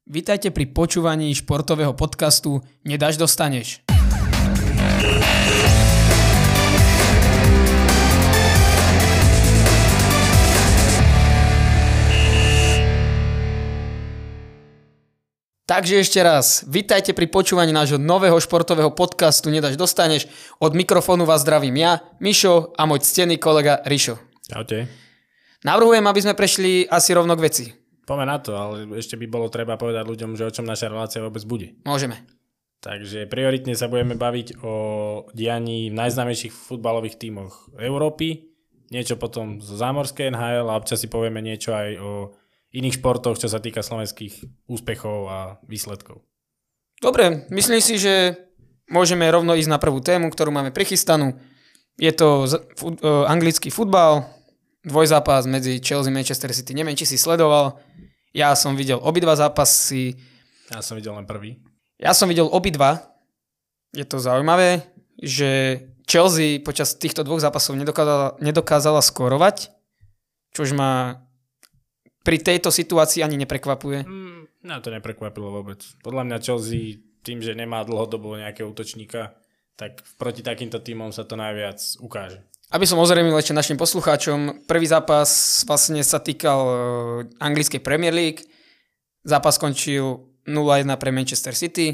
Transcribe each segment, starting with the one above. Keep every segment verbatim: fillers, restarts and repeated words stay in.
Vítajte pri počúvaní športového podcastu Nedáš dostaneš. Takže ešte raz, vítajte pri počúvaní nášho nového športového podcastu Nedáš dostaneš. Od mikrofónu vás zdravím ja, Mišo, a môj ctený kolega Rišo. Čaute. Navrhujem, aby sme prešli asi rovno k veci. Poďme na to, ale ešte by bolo treba povedať ľuďom, že o čom naša relácia vôbec bude. Môžeme. Takže prioritne sa budeme baviť o dianí v najznámejších futbalových tímoch Európy, niečo potom zo zámorskej en há el a občas si povieme niečo aj o iných športoch, čo sa týka slovenských úspechov a výsledkov. Dobre, myslím si, že môžeme rovno ísť na prvú tému, ktorú máme prichystanú. Je to fut, uh, anglický futbal, dvojzápas medzi Chelsea a Manchester City. Neviem, či si sledoval. Ja som videl obidva zápasy. Ja som videl len prvý. Ja som videl obidva. Je to zaujímavé, že Chelsea počas týchto dvoch zápasov nedokázala, nedokázala skórovať, čož ma pri tejto situácii ani neprekvapuje. Mm, no to neprekvapilo vôbec. Podľa mňa Chelsea tým, že nemá dlhodobo nejakého útočníka, tak proti takýmto tímom sa to najviac ukáže. Aby som ozrejmil ešte našim poslucháčom, prvý zápas vlastne sa týkal anglickej Premier League. Zápas skončil nula jedna pre Manchester City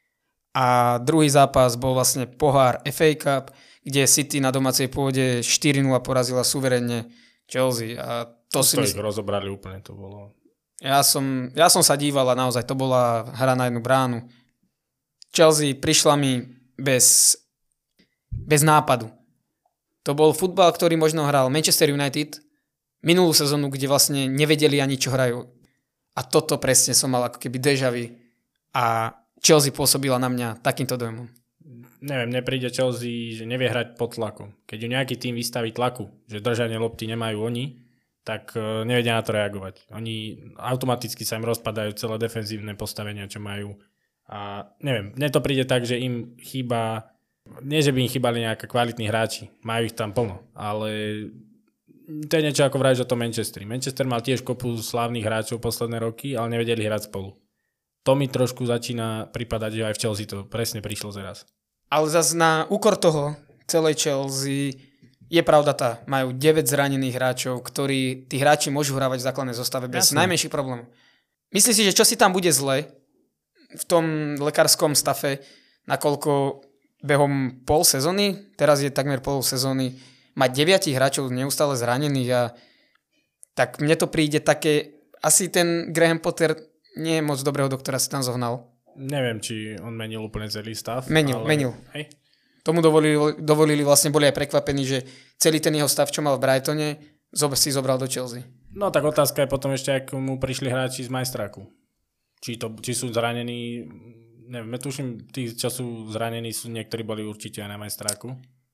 a druhý zápas bol vlastne pohár ef á Cup, kde City na domácej pôde štyri nula porazila suverénne Chelsea. A to, to si ich mysl... rozobrali úplne, to bolo. Ja som, ja som sa díval a naozaj to bola hra na jednu bránu. Chelsea prišla mi bez, bez nápadu. To bol futbal, ktorý možno hral Manchester United minulú sezónu, kde vlastne nevedeli ani čo hrajú. A toto presne som mal ako keby déjà vu a Chelsea pôsobila na mňa takýmto dojmom. Neviem, nepríde Chelsea, že nevie hrať pod tlakom. Keď ju nejaký tým vystaví tlaku, že držanie lopty nemajú oni, tak nevedia na to reagovať. Oni automaticky sa im rozpadajú celé defenzívne postavenia, čo majú. A neviem, mne to príde tak, že im chýba. Nie, že by im chýbali nejaké kvalitní hráči. Majú ich tam plno. Ale to je niečo ako vravíš o tom Manchesteri. Manchester mal tiež kopu slávnych hráčov posledné roky, ale nevedeli hrať spolu. To mi trošku začína pripadať, že aj v Chelsea to presne prišlo zaraz. Ale zase na úkor toho celej Chelsea je pravda tá. Majú deväť zranených hráčov, ktorí tí hráči môžu hrávať v základnej zostave bez Jasne. najmenších problémov. Myslíš si, že čo si tam bude zle v tom lekárskom stave, nakoľko behom pol sezóny, teraz je takmer pol sezóny, mať deviatich hráčov neustále zranených a tak mne to príde také, asi ten Graham Potter nie je moc dobrého doktora si tam zohnal. Neviem, či on menil úplne celý stav. Menil, ale... menil. Hej. Tomu dovolili, dovolili, vlastne boli aj prekvapení, že celý ten jeho stav, čo mal v Brightone, si zobral do Chelsea. No tak otázka je potom ešte, ako mu prišli hráči z majstráku. Či, to, či sú zranení. Neviem, tuším, tí, čo sú zranení, sú niektorí boli určite aj na majstráku.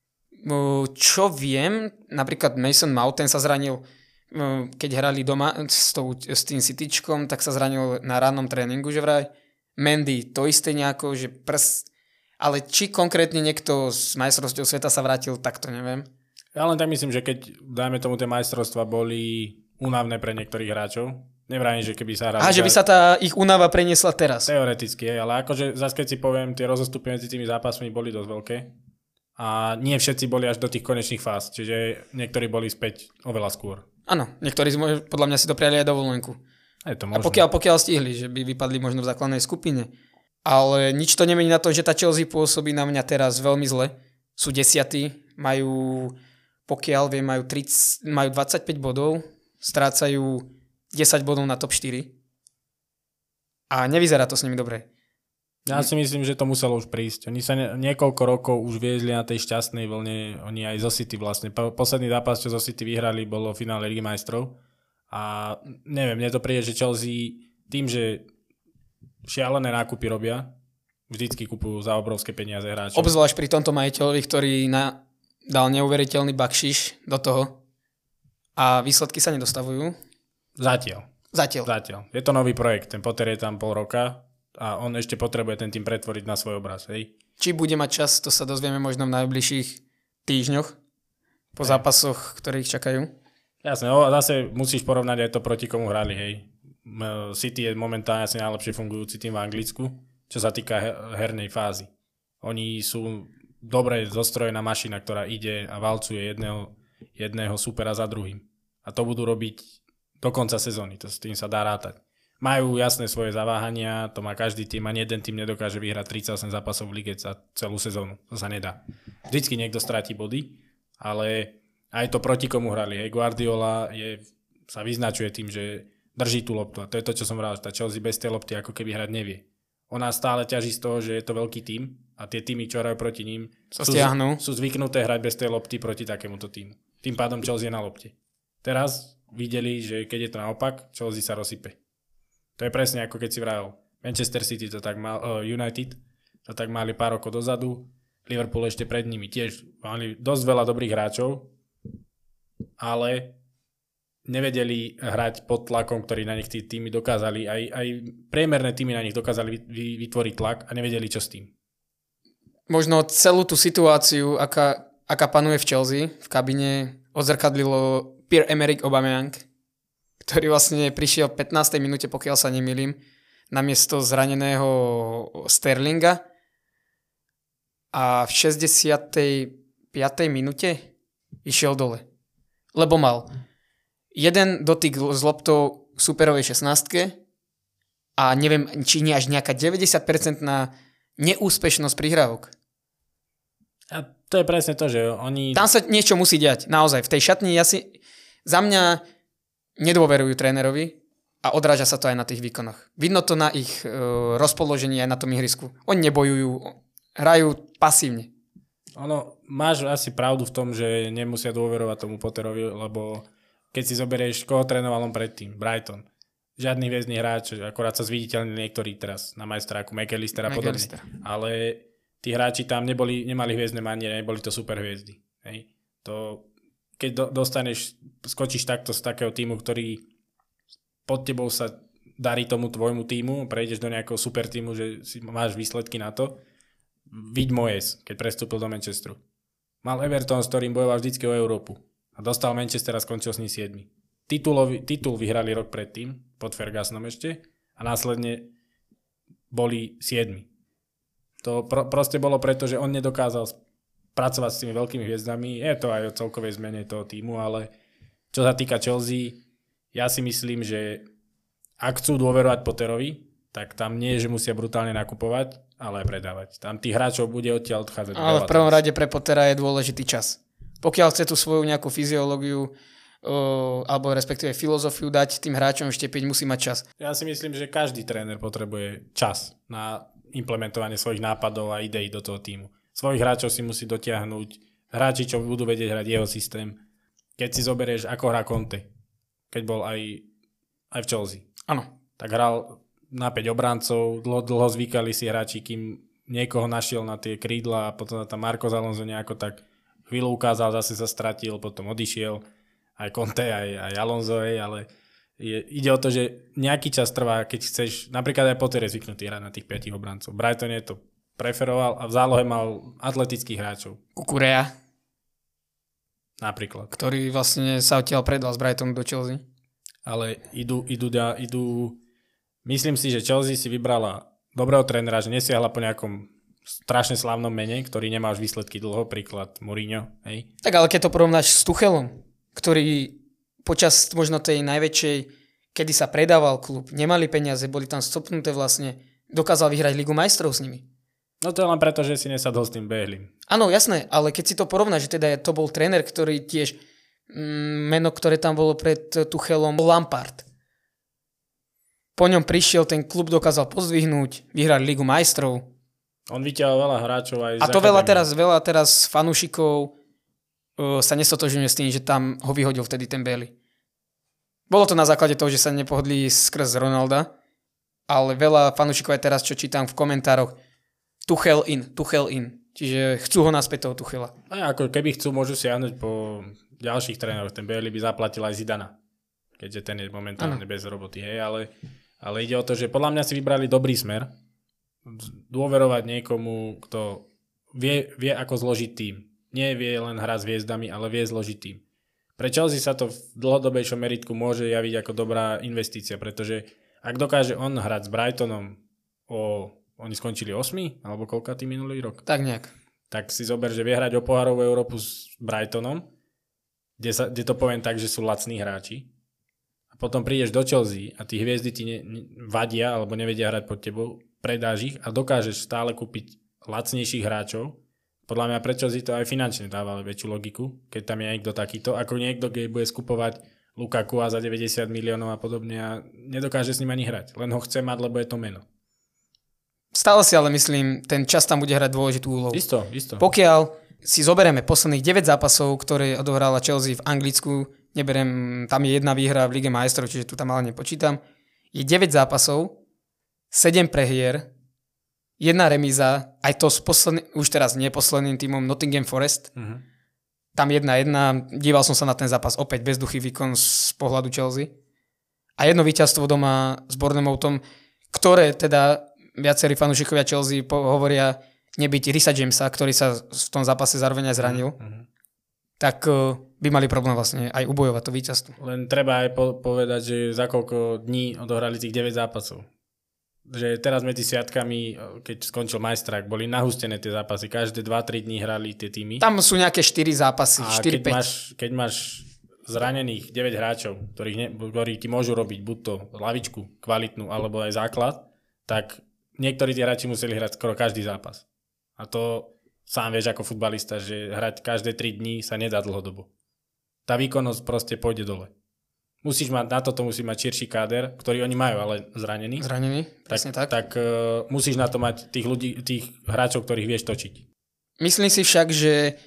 Čo viem, napríklad Mason Mount, ten sa zranil, keď hrali doma s, tou, s tým Cityčkom, tak sa zranil na rannom tréningu, že vraj. Mendy, to isté nejako, že prst. Ale či konkrétne niekto z majstrovstiev sveta sa vrátil, tak to neviem. Ja len tak myslím, že keď, dajme tomu, tie majstrovstvá boli únavné pre niektorých hráčov, nevrajím, že keby sa hrali... Aha, že by sa tá ich únava preniesla teraz. Teoreticky, ale akože zase keď si poviem, tie rozostupy medzi tými zápasmi boli dosť veľké a nie všetci boli až do tých konečných fáz, čiže niektorí boli späť oveľa skôr. Áno, niektorí podľa mňa si dopriali aj dovolenku. Je to možné. A pokiaľ, pokiaľ stihli, že by vypadli možno v základnej skupine. Ale nič to nemení na to, že tá Chelsea pôsobí na mňa teraz veľmi zle. Sú desiatí, majú, pokiaľ viem, majú, tridsať, majú dvadsaťpäť bodov, strácajú desať bodov na top štyri. A nevyzerá to s nimi dobre. Ja si myslím, že to muselo už prísť. Oni sa ne, niekoľko rokov už viezli na tej šťastnej vlne. Oni aj zo City vlastne. Posledný zápas, čo zo City vyhrali, bolo v finále Ligy majstrov. A neviem, mne to príde, že Chelsea tým, že šialené nákupy robia, vždycky kupujú za obrovské peniaze hráčov. Obzvlášť pri tomto majiteľovi, ktorý na, dal neuveriteľný bakšiš do toho a výsledky sa nedostavujú. Zatiaľ. Zatiaľ. Zatiaľ. Je to nový projekt, ten Potter je tam pol roka a on ešte potrebuje ten tým pretvoriť na svoj obraz. Hej. Či bude mať čas, to sa dozvieme možno v najbližších týždňoch po hej. zápasoch, ktorých čakajú. Jasne, no, zase musíš porovnať aj to, proti komu hrali, hej. City je momentálne asi najlepšie fungujúci tým v Anglicku, čo sa týka hernej fázy. Oni sú dobre zostrojená mašina, ktorá ide a valcuje jedného, jedného supera za druhým. A to budú robiť do konca sezóny, to s tým sa dá rátať. Majú jasné svoje zaváhania, to má každý tým, ani jeden tým nedokáže vyhrať tridsaťosem zápasov v lige za celú sezónu. To sa nedá. Vždycky niekto stratí body, ale aj to proti komu hrali. Hej, Guardiola je, sa vyznačuje tým, že drží tú loptu. A to je to, čo som vral, že tá Chelsea bez tej lopty ako keby hrať nevie. Ona stále ťaží z toho, že je to veľký tím a tie týmy, čo hrajú proti ním, sú, sú zvyknuté hrať bez tej lopty proti takémuto týmu. Tým pádom Chelsea je na lopte. Teraz videli, že keď je to naopak, Chelsea sa rozsype. To je presne ako keď si vravel. Manchester City to tak mal, uh, United to tak mali pár rokov dozadu, Liverpool ešte pred nimi tiež mali dosť veľa dobrých hráčov, ale nevedeli hrať pod tlakom, ktorý na nich tí týmy dokázali, aj, aj priemerné týmy na nich dokázali vytvoriť tlak a nevedeli čo s tým. Možno celú tú situáciu, aká, aká panuje v Chelsea, v kabine, odzrkadlilo Pierre-Emerick Aubameyang, ktorý vlastne prišiel v pätnástej minúte, pokiaľ sa nemýlim, namiesto zraneného Sterlinga a v šesťdesiatej piatej minúte išiel dole. Lebo mal jeden dotyk s loptou v superovej šestnástke a neviem, či nie až nejaká deväťdesiat percent na neúspešnosť prihrávok. A to je presne to, že oni... Tam sa niečo musí diať, naozaj. V tej šatni ja si... Za mňa nedôverujú trénerovi a odráža sa to aj na tých výkonoch. Vidno to na ich e, rozpoložení aj na tom ihrisku. Oni nebojujú, hrajú pasívne. Ono, máš asi pravdu v tom, že nemusia dôverovať tomu Potterovi, lebo keď si zoberieš, koho trénoval on predtým, Brighton. Žiadny hviezdny hráč, akorát sa zviditeľní niektorí teraz na majstráku, McAllister a podobne. Ale tí hráči tam neboli, nemali hviezdne maniere, neboli to super hviezdy. Hej. To... Keď do, dostaneš, skočíš takto z takého týmu, ktorý pod tebou sa darí tomu tvojmu týmu, prejdeš do nejakého super týmu, že si máš výsledky na to. Viď Moyes, keď prestúpil do Manchesteru. Mal Everton, s ktorým bojoval vždycky o Európu. A dostal Manchester a skončil s ním siedmy. Titulovi, titul vyhrali rok predtým, pod Fergusonom ešte, a následne boli siedmi. To pro, proste bolo preto, že on nedokázal pracovať s tými veľkými hviezdami. Je to aj o celkovej zmene toho týmu, ale čo sa týka Chelsea, ja si myslím, že ak chcú dôverovať Potterovi, tak tam nie je, že musia brutálne nakupovať, ale aj predávať. Tam tých hráčov bude odtiaľ odchádzať. Ale v prvom rade pre Pottera je dôležitý čas. Pokiaľ chce tú svoju nejakú fyziológiu uh, alebo respektíve filozofiu dať tým hráčom vštepiť, musí mať čas. Ja si myslím, že každý tréner potrebuje čas na implementovanie svojich nápadov a ideí do toho týmu. Svojich hráčov si musí dotiahnuť, hráči, čo budú vedieť hrať jeho systém. Keď si zoberieš, ako hrá Conte, keď bol aj, aj v Chelsea. Áno. Tak hral na päť obrancov, dlho, dlho zvykali si hráči, kým niekoho našiel na tie krídla a potom tam Marcos Alonso nejako tak chvíľu ukázal, zase sa stratil, potom odišiel. Aj Conte, aj, aj Alonso, ale je, ide o to, že nejaký čas trvá, keď chceš, napríklad aj Potter je zvyknutý hrať na tých piatich obrancov. Brighton je to preferoval a v zálohe mal atletických hráčov. Kukurea. Napríklad. Ktorý vlastne sa odtiaľ predal z Brightonu do Chelsea. Ale idú, idú, idú... Myslím si, že Chelsea si vybrala dobrého trénera, že nesiahla po nejakom strašne slávnom mene, ktorý nemá už výsledky dlho, príklad Mourinho. Hej. Tak ale keď to porovnáš s Tuchelom, ktorý počas možno tej najväčšej, kedy sa predával klub, nemali peniaze, boli tam stopnuté vlastne, dokázal vyhrať Ligu majstrov s nimi. No to je len preto, že si nesadol s tým Behlim. Áno, jasné, ale keď si to porovnáš, že teda to bol tréner, ktorý tiež mm, meno, ktoré tam bolo pred Tuchelom, Lampard. Po ňom prišiel, ten klub dokázal pozdvihnúť, vyhrať Ligu majstrov. On vyťahol veľa hráčov aj z A to veľa teraz, veľa teraz fanúšikov uh, sa nestotožňuje s tým, že tam ho vyhodil vtedy ten Bailey. Bolo to na základe toho, že sa nepohodli skrz Ronalda, ale veľa fanúšikov aj teraz, čo čítam v komentároch, Tuchel in, Tuchel in. Čiže chcú ho naspäť toho Tuchela. A ako keby chcú, môžu siahnuť po ďalších tréneroch. Ten Bailey by zaplatil aj Zidana, keďže ten je momentálne ano. Bez roboty. Hej, ale, ale ide o to, že podľa mňa si vybrali dobrý smer. Dôverovať niekomu, kto vie, vie ako zložiť tým. Nie vie len hrať s hviezdami, ale vie zložiť tým. Pre Chelsea sa to v dlhodobejšom meritku môže javiť ako dobrá investícia, pretože ak dokáže on hrať s Brightonom o... Oni skončili osmi alebo koľkatý minulý rok? Tak nejak. Tak si zober, že vie hrať o pohárovú Európu s Brightonom, kde, sa, kde to poviem tak, že sú lacní hráči. A potom prídeš do Chelsea a tí hviezdy ti ne, ne, vadia alebo nevedia hrať pod tebou, predáš ich a dokážeš stále kúpiť lacnejších hráčov. Podľa mňa pre Chelsea to aj finančne dáva väčšiu logiku, keď tam je niekto takýto, ako niekto, keď bude skupovať Lukaku a za deväťdesiat miliónov a podobne a nedokáže s ním ani hrať. Len ho chce mať, lebo je to meno. Stále si ale myslím, ten čas tam bude hrať dôležitú úlohu. Isto, isto. Pokiaľ si zoberieme posledných deväť zápasov, ktoré odohrala Chelsea v Anglicku, neberiem, tam je jedna výhra v Lige majstrov, čiže tu tam ale nepočítam, je deväť zápasov, sedem prehier, jedna remíza, aj to s posledným, už teraz nie posledným tímom Nottingham Forest. Uh-huh. Tam jedna jedna, díval som sa na ten zápas opäť bezduchý výkon z pohľadu Chelsea. A jedno víťazstvo doma s Bournemouthom, ktoré teda viacerí fanúšikovia Chelsea hovoria nebyť Risa Jamesa, ktorý sa v tom zápase zároveň aj zranil, uh-huh. tak uh, by mali problém vlastne aj ubojovať to víťazstvo. Len treba aj po- povedať, že za koľko dní odohrali tých deväť zápasov. Že teraz medzi sviatkami, keď skončil majstrák, boli nahustené tie zápasy. Každé dva tri dní hrali tie týmy. Tam sú nejaké štyri zápasy, a štyri päť. Keď máš, keď máš zranených deväť hráčov, ktorých ne, ktorí ti môžu robiť buď to lavičku kvalitnú, alebo aj základ, tak niektorí tí hráči museli hrať skoro každý zápas. A to sám vieš ako futbalista, že hrať každé tri dní sa nedá dlhodobo. Tá výkonnosť proste pôjde dole. Musíš mať, na toto musí mať širší káder, ktorý oni majú, ale zranený. Zranený, presne tak. Tak, tak uh, musíš na to mať tých ľudí, tých hráčov, ktorých vieš točiť. Myslím si však, že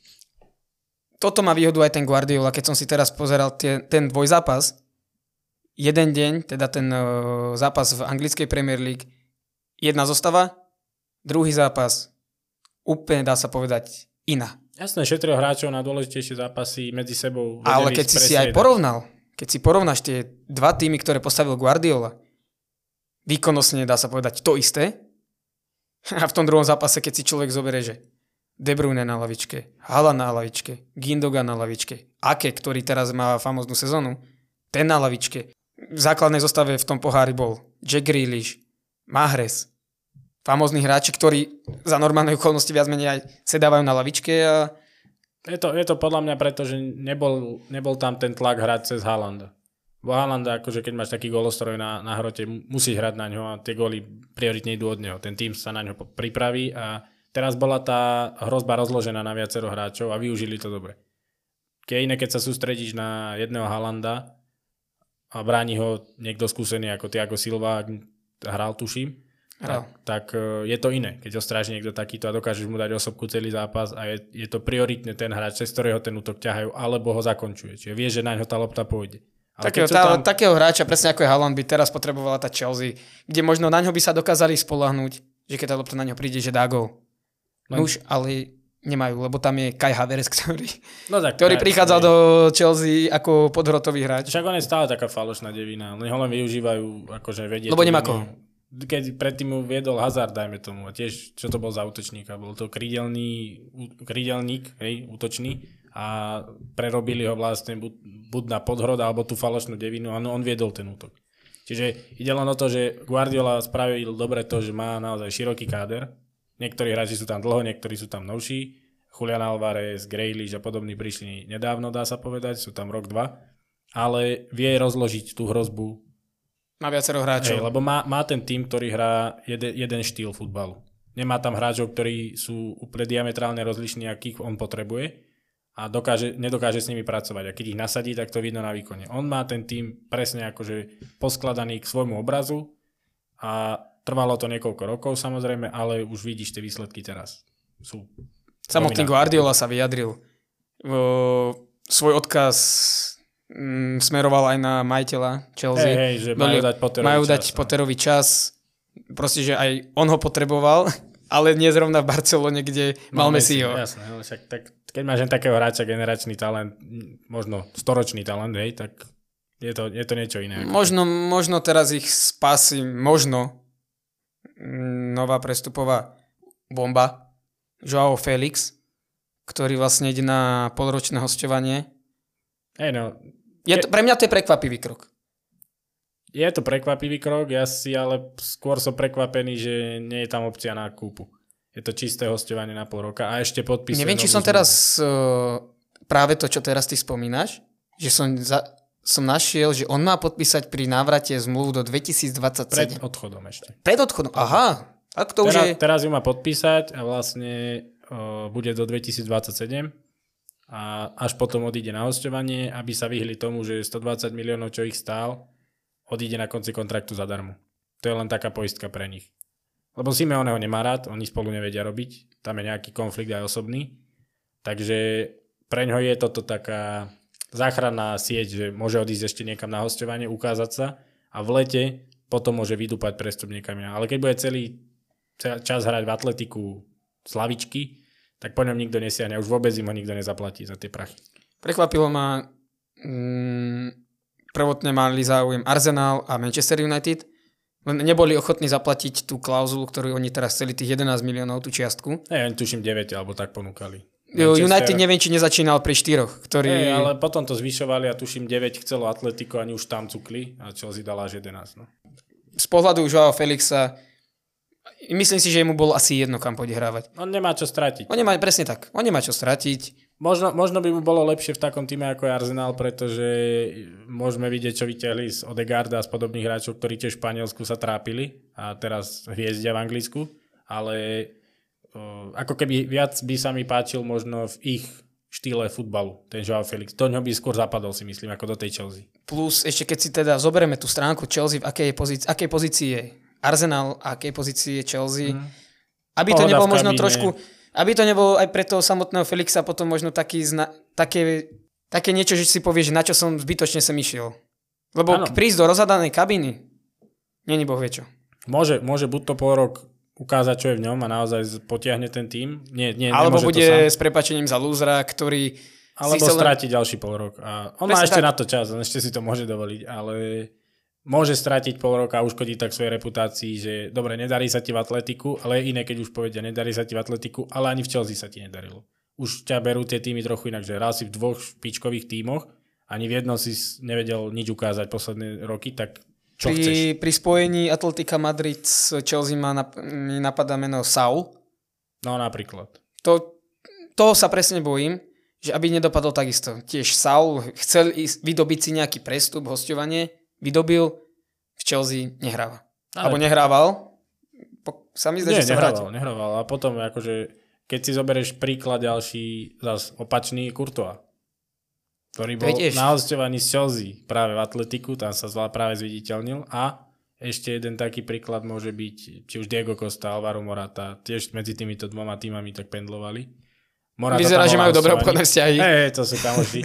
toto má výhodu aj ten Guardiola, keď som si teraz pozeral tie, ten dvojzápas. Jeden deň, teda ten uh, zápas v anglickej Premier League, jedna zostava, druhý zápas, úplne dá sa povedať iná. Jasné, šetril hráčov na dôležitejšie zápasy medzi sebou. Ale keď si si aj porovnal, keď si porovnáš tie dva týmy, ktoré postavil Guardiola, výkonnostne dá sa povedať to isté. A v tom druhom zápase, keď si človek zoberie, že De Bruyne na lavičke, Haaland na lavičke, Gundogan na lavičke, Ake, ktorý teraz má famóznu sezónu, ten na lavičke. V základnej zostave v tom pohári bol Jack Grealish, Mahrez, famózni hráči, ktorí za normálne okolnosti viac menej aj sedávajú na lavičke. A... Je to, je to podľa mňa preto, že nebol, nebol tam ten tlak hrať cez Haalanda. Bo Haalanda, akože keď máš taký golostroj na, na hrote, musíš hrať na ňo a tie góly prioritne idú od neho. Ten tým sa na ňo pripraví a teraz bola tá hrozba rozložená na viacero hráčov a využili to dobre. Keď iné, keď sa sústredíš na jedného Haalanda a bráni ho niekto skúsený ako Thiago Silva, hral tuším, tak, tak je to iné, keď ho stráži niekto takýto a dokážeš mu dať osobku celý zápas a je, je to prioritne ten hráč, cez ktorého ten útok ťahajú, alebo ho zakončuje. Čiže vieš, že na ňo tá lopta pôjde. Takého, tá, tam... takého hráča, presne ako je Haaland, by teraz potrebovala tá Chelsea, kde možno na ňo by sa dokázali spoľahnúť, že keď tá lopta na ňo príde, že dá gól. Len... Nuž, ale nemajú, lebo tam je Kai Havertz, ktorý, no tak, ktorý prichádzal do Chelsea ako podhrotový hráč. Však on je stále taká falošná devina, oni ho len využívajú, akože vedie. Lebo nemá koho. Keď predtým mu viedol Hazard, dajme tomu, a tiež, čo to bol za útočníka, bol to krídelný, krídelník, hej, útočný a prerobili ho vlastne buď, buď na podhrod, alebo tú falošnú devinu a on viedol ten útok. Čiže ide len o to, že Guardiola spravil dobre to, že má naozaj široký káder, niektorí hráči sú tam dlho, niektorí sú tam novší, Julian Alvarez, Grealish a podobní prišli nedávno, dá sa povedať, sú tam rok, dva, ale vie rozložiť tú hrozbu. Má viacero hráčov. Hej, lebo má, má ten tým, ktorý hrá jeden, jeden štýl futbalu. Nemá tam hráčov, ktorí sú úplne diametrálne rozlišní, akých on potrebuje a dokáže, nedokáže s nimi pracovať. A keď ich nasadí, tak to vidno na výkone. On má ten tým presne akože poskladaný k svojmu obrazu a trvalo to niekoľko rokov samozrejme, ale už vidíš tie výsledky teraz. Sú Samotný Guardiola sa vyjadril. O, svoj odkaz Mm, smeroval aj na majiteľa Chelsea. Hej, hej, že majú dať Potterovi majú čas. dať Potterovi čas. Proste, že aj on ho potreboval, ale nie zrovna v Barcelone, kde mal no, Messiho. Jasné, však tak, keď máš len takého hráča, generačný talent, možno storočný talent, hej, tak je to, je to niečo iné. Možno, možno teraz ich spasí, možno nová prestupová bomba Joao Felix, ktorý vlastne ide na polročné hosťovanie Hey, no. Je to, pre mňa to je prekvapivý krok. Je to prekvapivý krok, ja si ale skôr som prekvapený, že nie je tam opcia na kúpu. Je to čisté hosťovanie na pol roka a ešte podpisuje. Neviem, či som zmluvu. teraz uh, práve to, čo teraz ty spomínaš, že som, za, som našiel, že on má podpísať pri návrate zmluvu do dvetisícdvadsaťsedem. Pred odchodom ešte. Pred odchodom, aha. Tak to teraz, už je... teraz ju má podpísať a vlastne uh, bude do dvetisícdvadsaťsedem a až potom odíde na hosťovanie, aby sa vyhli tomu, že stodvadsať miliónov, čo ich stál, odíde na konci kontraktu zadarmo. To je len taká poistka pre nich. Lebo Simeone ho nemá rád, oni spolu nevedia robiť, tam je nejaký konflikt aj osobný. Takže preňho je toto taká záchranná sieť, že môže odísť ešte niekam na hosťovanie, ukázať sa a v lete potom môže vydúpať prestup niekam iná. Ale keď bude celý čas hrať v Atletiku z lavičky, tak po ňom nikto nesiahne. Už vôbec im ho nikto nezaplatí za tie prachy. Prekvapilo ma... Mm... Prvotne mali záujem Arsenal a Manchester United. Neboli ochotní zaplatiť tú klauzulu, ktorú oni teraz chceli, tých jedenásť miliónov, tú čiastku. Ja tuším deväť, alebo tak ponúkali. Manchester... United neviem, či nezačínal pri štyroch, ktorí... Hey, ale potom to zvyšovali a tuším deväť chcelo Atletico, ani už tam cukli a Chelsea dala až jedenásť. No. Z pohľadu Joao Felixa myslím si, že mu bol asi jedno, kam pôjde hrávať. On nemá čo stratiť. On nemá, presne tak. On nemá čo stratiť. Možno, možno by mu bolo lepšie v takom týme ako je Arsenal, pretože môžeme vidieť, čo vyťahli z Odegaarda a z podobných hráčov, ktorí tiež v Španielsku sa trápili a teraz hviezdia v Anglicku, ale uh, ako keby viac by sa mi páčil možno v ich štýle futbalu, ten Joao Felix. Do ňo by skôr zapadol, si myslím, ako do tej Chelsea. Plus ešte keď si teda zoberieme tú stránku Chelsea, v akej pozícii, akej pozícii je Arsenal a akej pozícii je Chelsea, mm. aby to nebolo možno trošku... Aby to nebolo aj pre toho samotného Felixa potom možno taký zna- také, také niečo, že si povieš, na čo som zbytočne sem išiel. Lebo ano. Prísť do rozhadanej kabiny, není boh vie čo. Môže, môže buď to pol rok ukázať, čo je v ňom a naozaj potiahne ten tím. Nie, nie, alebo bude s prepáčením za lúzra, ktorý... Alebo stráti len... ďalší pol rok. A on Presne má ešte tak. Na to čas, on ešte si to môže dovoliť, ale... Môže stratiť pol roka a uškodiť tak svojej reputácii, že dobre, nedarí sa ti v Atletiku, ale je iné, keď už povedia, nedarí sa ti v Atletiku, ale ani v Chelsea sa ti nedarilo. Už ťa berú tie týmy trochu inak, že hral si v dvoch špičkových tímoch, ani v jednom si nevedel nič ukázať posledné roky, tak čo pri, chceš? Pri spojení Atletika Madrid s Chelsea ma nap- mi napadá meno Saul. No napríklad. To, toho sa presne bojím, že aby nedopadol takisto. Tiež Saul chcel ísť, vydobiť si nejaký prestup, hosťovanie, vydobil, v Chelsea nehráva. Ale... Alebo nehrával. Po, sa mi zdá, Nie, že sa nehrával, nehrával. A potom akože, keď si zoberieš príklad ďalší, zas opačný Courtois, ktorý bol na hosťovaní z Chelsea práve v Atletiku, tam sa zvlá práve zviditeľnil. A ešte jeden taký príklad môže byť, či už Diego Costa, Alvaro Morata, tiež medzi týmito dvoma týmami tak pendlovali. Morata vyzerá, že majú dobré obchodné vzťahy. Hej, to sú kamoši.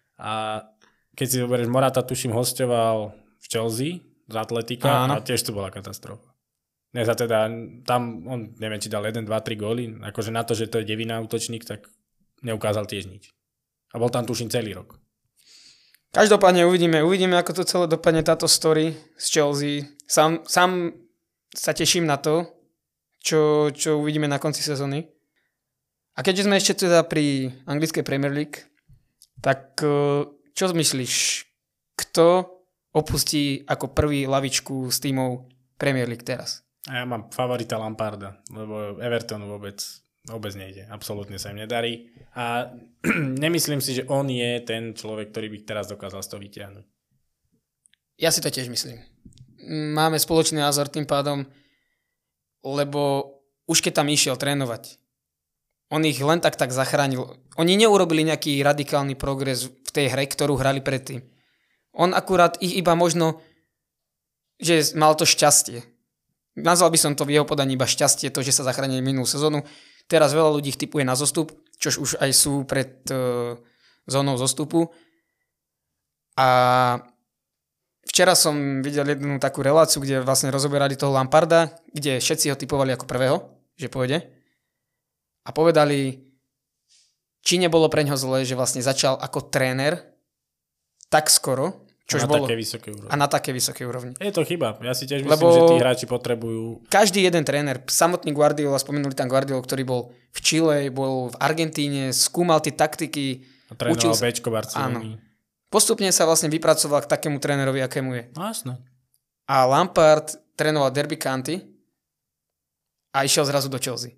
A keď si zoberieš, Morata tuším hosťoval v Chelsea z Atletika a tiež to bola katastrofa. Ne, sa teda, tam on neviem, či dal jeden, dva, tri góly, akože na to, že to je devina útočník, tak neukázal tiež nič. A bol tam tuším celý rok. Každopádne uvidíme, uvidíme, ako to celé dopadne táto story z Chelsea. Sám, sám sa teším na to, čo, čo uvidíme na konci sezóny. A keďže sme ešte teda pri anglickej Premier League, tak čo myslíš, kto opustí ako prvý lavičku s tímov Premier League teraz? A ja mám favorita Lamparda, lebo Evertonu vôbec, vôbec nejde. Absolútne sa im nedarí. A nemyslím si, že on je ten človek, ktorý by teraz dokázal z toho vytiahnuť. Ja si to tiež myslím. Máme spoločný názor tým pádom, lebo už keď tam išiel trénovať, on ich len tak tak zachránil. Oni neurobili nejaký radikálny progres v tej hre, ktorú hrali predtým. On akurát ich iba možno, že mal to šťastie. Nazval by som to v jeho podaní iba šťastie, to, že sa zachránili minulú sezónu. Teraz veľa ľudí ich tipuje na zostup, čož už aj sú pred uh, zónou zostupu. A včera som videl jednu takú reláciu, kde vlastne rozoberali toho Lamparda, kde všetci ho tipovali ako prvého, že pôjde. A povedali, či nebolo pre ňoho zlé, že vlastne začal ako tréner tak skoro, čož a na bolo. Také vysoké úrovni. A na také vysoké úrovni. Je to chyba. Ja si tiež myslím, Lebo že tí hráči potrebujú... Každý jeden tréner, samotný Guardiola, spomenuli tam Guardiola, ktorý bol v Chile, bol v Argentíne, skúmal tie taktiky. A trénoval Béčko Barcelony. Postupne sa vlastne vypracoval k takému trénerovi, akému je. No jasné. A Lampard trénoval Derby County a išiel zrazu do Chelsea.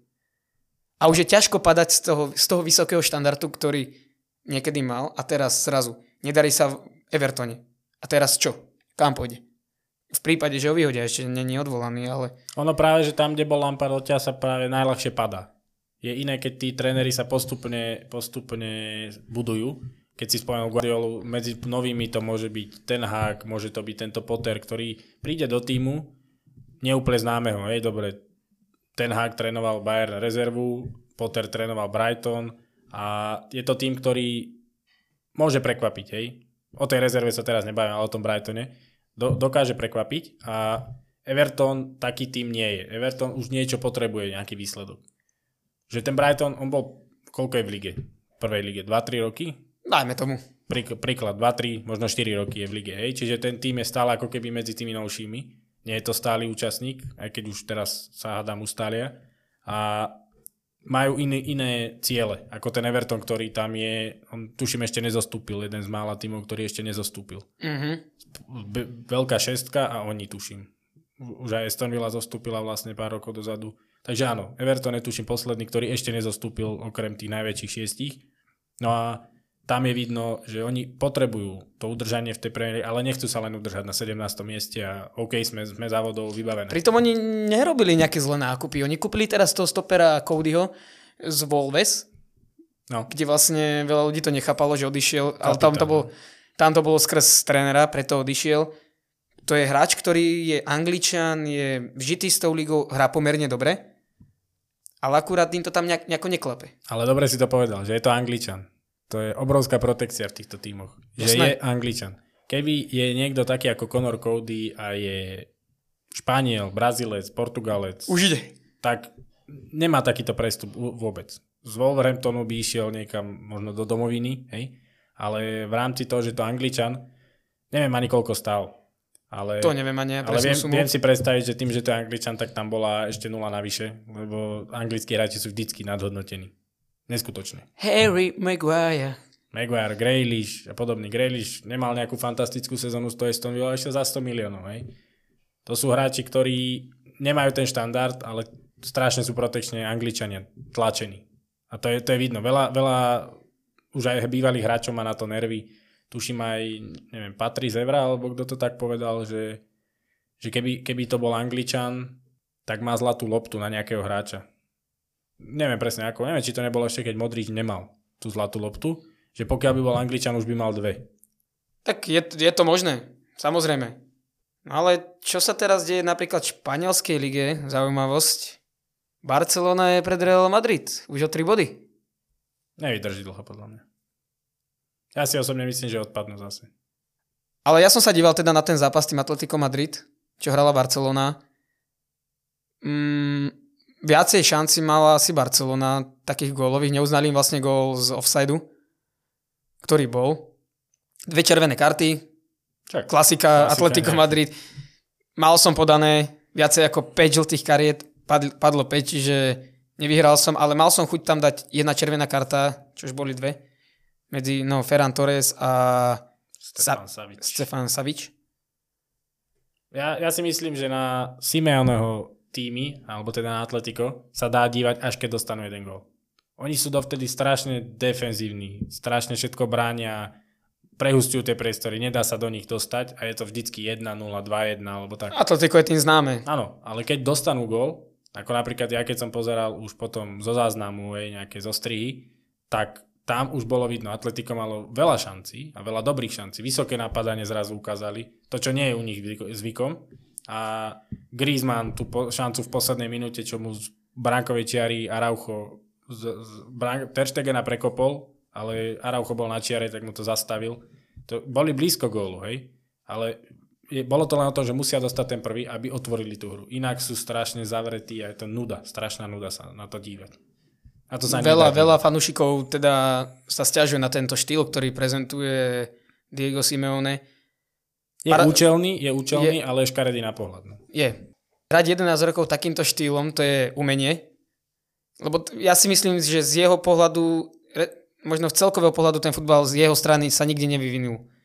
A už je ťažko padať z toho, z toho vysokého štandardu, ktorý niekedy mal a teraz zrazu nedarí sa v Evertone. A teraz čo? Kam pôjde? V prípade, že ho vyhodia, ešte není odvolaný, ale... Ono práve, že tam, kde bol Lampard, odtiaľ sa práve najľahšie padá. Je iné, keď tí tréneri sa postupne, postupne budujú. Keď si spomenul Guardiolu, medzi novými to môže byť Ten Hag, môže to byť tento Potter, ktorý príde do týmu neúplne známeho. Hej, dobre, Ten Hag trénoval Bayern rezervu, Potter trénoval Brighton a je to tým, ktorý môže prekvapiť. Hej. O tej rezerve sa teraz nebavím, ale o tom Brightone. Do, dokáže prekvapiť a Everton taký tým nie je. Everton už niečo potrebuje, nejaký výsledok. Že ten Brighton, on bol, koľko je v lige? V prvej lige? dva tri roky? Dajme tomu. Prík, príklad, dva tri, možno štyri roky je v lige. Hej? Čiže ten tým je stále ako keby medzi tými novšími. Nie je to stály účastník, aj keď už teraz sa hádam ustália. A majú iné, iné ciele, ako ten Everton, ktorý tam je, on tuším ešte nezostúpil, jeden z mála tímov, ktorý ešte nezostúpil. Mm-hmm. Be- veľká šestka a oni tuším. Už aj Aston Villa zostúpila vlastne pár rokov dozadu. Takže áno, Everton je tuším posledný, ktorý ešte nezostúpil okrem tých najväčších šiestich. No a tam je vidno, že oni potrebujú to udržanie v tej Premier League, ale nechcú sa len udržať na sedemnástom mieste a OK, sme, sme závodov vybavené. Pritom oni nerobili nejaké zlé nákupy. Oni kúpili teraz toho stopera Codyho z Wolves, no. Kde vlastne veľa ľudí to nechápalo, že odišiel, ale tam to, bol, tam to bolo skrz trénera, preto odišiel. To je hráč, ktorý je Angličan, je vžitý s tou ligou, hrá pomerne dobre, ale akurát tým to tam nejak, nejako neklepe. Ale dobre si to povedal, že je to Angličan. To je obrovská protekcia v týchto tímoch. Že Jasné. Je Angličan. Keby je niekto taký ako Conor Cody a je Španiel, Brazílec, Portugalec, už ide. Tak nemá takýto prestup vôbec. Z Wolverhamptonu by išiel niekam možno do domoviny, hej? Ale v rámci toho, že to Angličan, neviem ani koľko stál. Ale, to neviem ani. Ale viem, viem si predstaviť, že tým, že to je Angličan, tak tam bola ešte nula navyše, lebo anglickí hráči sú vždycky nadhodnotení. Neskutočné. Harry Maguire. Maguire, Grealish a podobný. Grealish nemal nejakú fantastickú sezónu s Aston Villa ešte za sto miliónov. Hej. To sú hráči, ktorí nemajú ten štandard, ale strašne sú protekčne Angličania tlačení. A to je, to je vidno. Veľa, veľa už aj bývalých hráčov má na to nervy. Tuším aj, neviem, Patrice Evra, alebo kto to tak povedal, že, že keby, keby to bol Angličan, tak má zlatú loptu na nejakého hráča. Neviem presne ako, neviem, či to nebolo ešte, keď Modrič nemal tú zlatú loptu, že pokiaľ by bol Angličan, už by mal dve. Tak je, je to možné, samozrejme. Ale čo sa teraz deje napríklad v španielskej lige, zaujímavosť, Barcelona je pred Real Madrid, už o tri body. Nevydrží dlho, podľa mňa. Ja si osobne myslím, že odpadnú zase. Ale ja som sa díval teda na ten zápas tým Atletico Madrid, čo hrala Barcelona. Mm, viacej šanci mala asi Barcelona takých gólových. Neuznali im vlastne gól z offsideu, ktorý bol. Dve červené karty, Čak, klasika, klasika Atletico ne. Madrid. Mal som podané viacej ako päť žltých kariet, padlo päť, čiže nevyhral som, ale mal som chuť tam dať jedna červená karta, čo už boli dve, medzi no, Ferran Torres a Stefan Sa- Savic. Stefan Savic. Ja, ja si myslím, že na Simeoneho týmy, alebo teda na Atletico, sa dá dívať, až keď dostanú jeden gól. Oni sú dovtedy strašne defenzívni, strašne všetko bránia, prehustujú tie priestory, nedá sa do nich dostať a je to vždycky jedna nula, dva jedna alebo tak. Atletico je tým známe. Áno, ale keď dostanú gól, ako napríklad ja keď som pozeral už potom zo záznamu aj nejaké zostrihy, tak tam už bolo vidno, Atletico malo veľa šancí a veľa dobrých šancí. Vysoké napadanie zrazu ukázali, to čo nie je u nich zvykom. A Griezmann tú po, šancu v poslednej minúte, čo mu z bránkovej čiary Araujo z, z brán, Ter Stegena prekopol, ale Araujo bol na čiare, tak mu to zastavil. To boli blízko gólu, hej? Ale je, bolo to len o tom, že musia dostať ten prvý, aby otvorili tú hru. Inak sú strašne zavretí a je to nuda, strašná nuda sa na to dívať. A to sa veľa, veľa fanúšikov teda sa sťažuje na tento štýl, ktorý prezentuje Diego Simeone. Je Para... účelný, je účelný, je... ale je škaredý na pohľad. No. Je. Hrať jedenásť rokov takýmto štýlom, to je umenie. Lebo t- ja si myslím, že z jeho pohľadu, možno v celkového pohľadu ten futbal z jeho strany sa nikdy nevyvinul.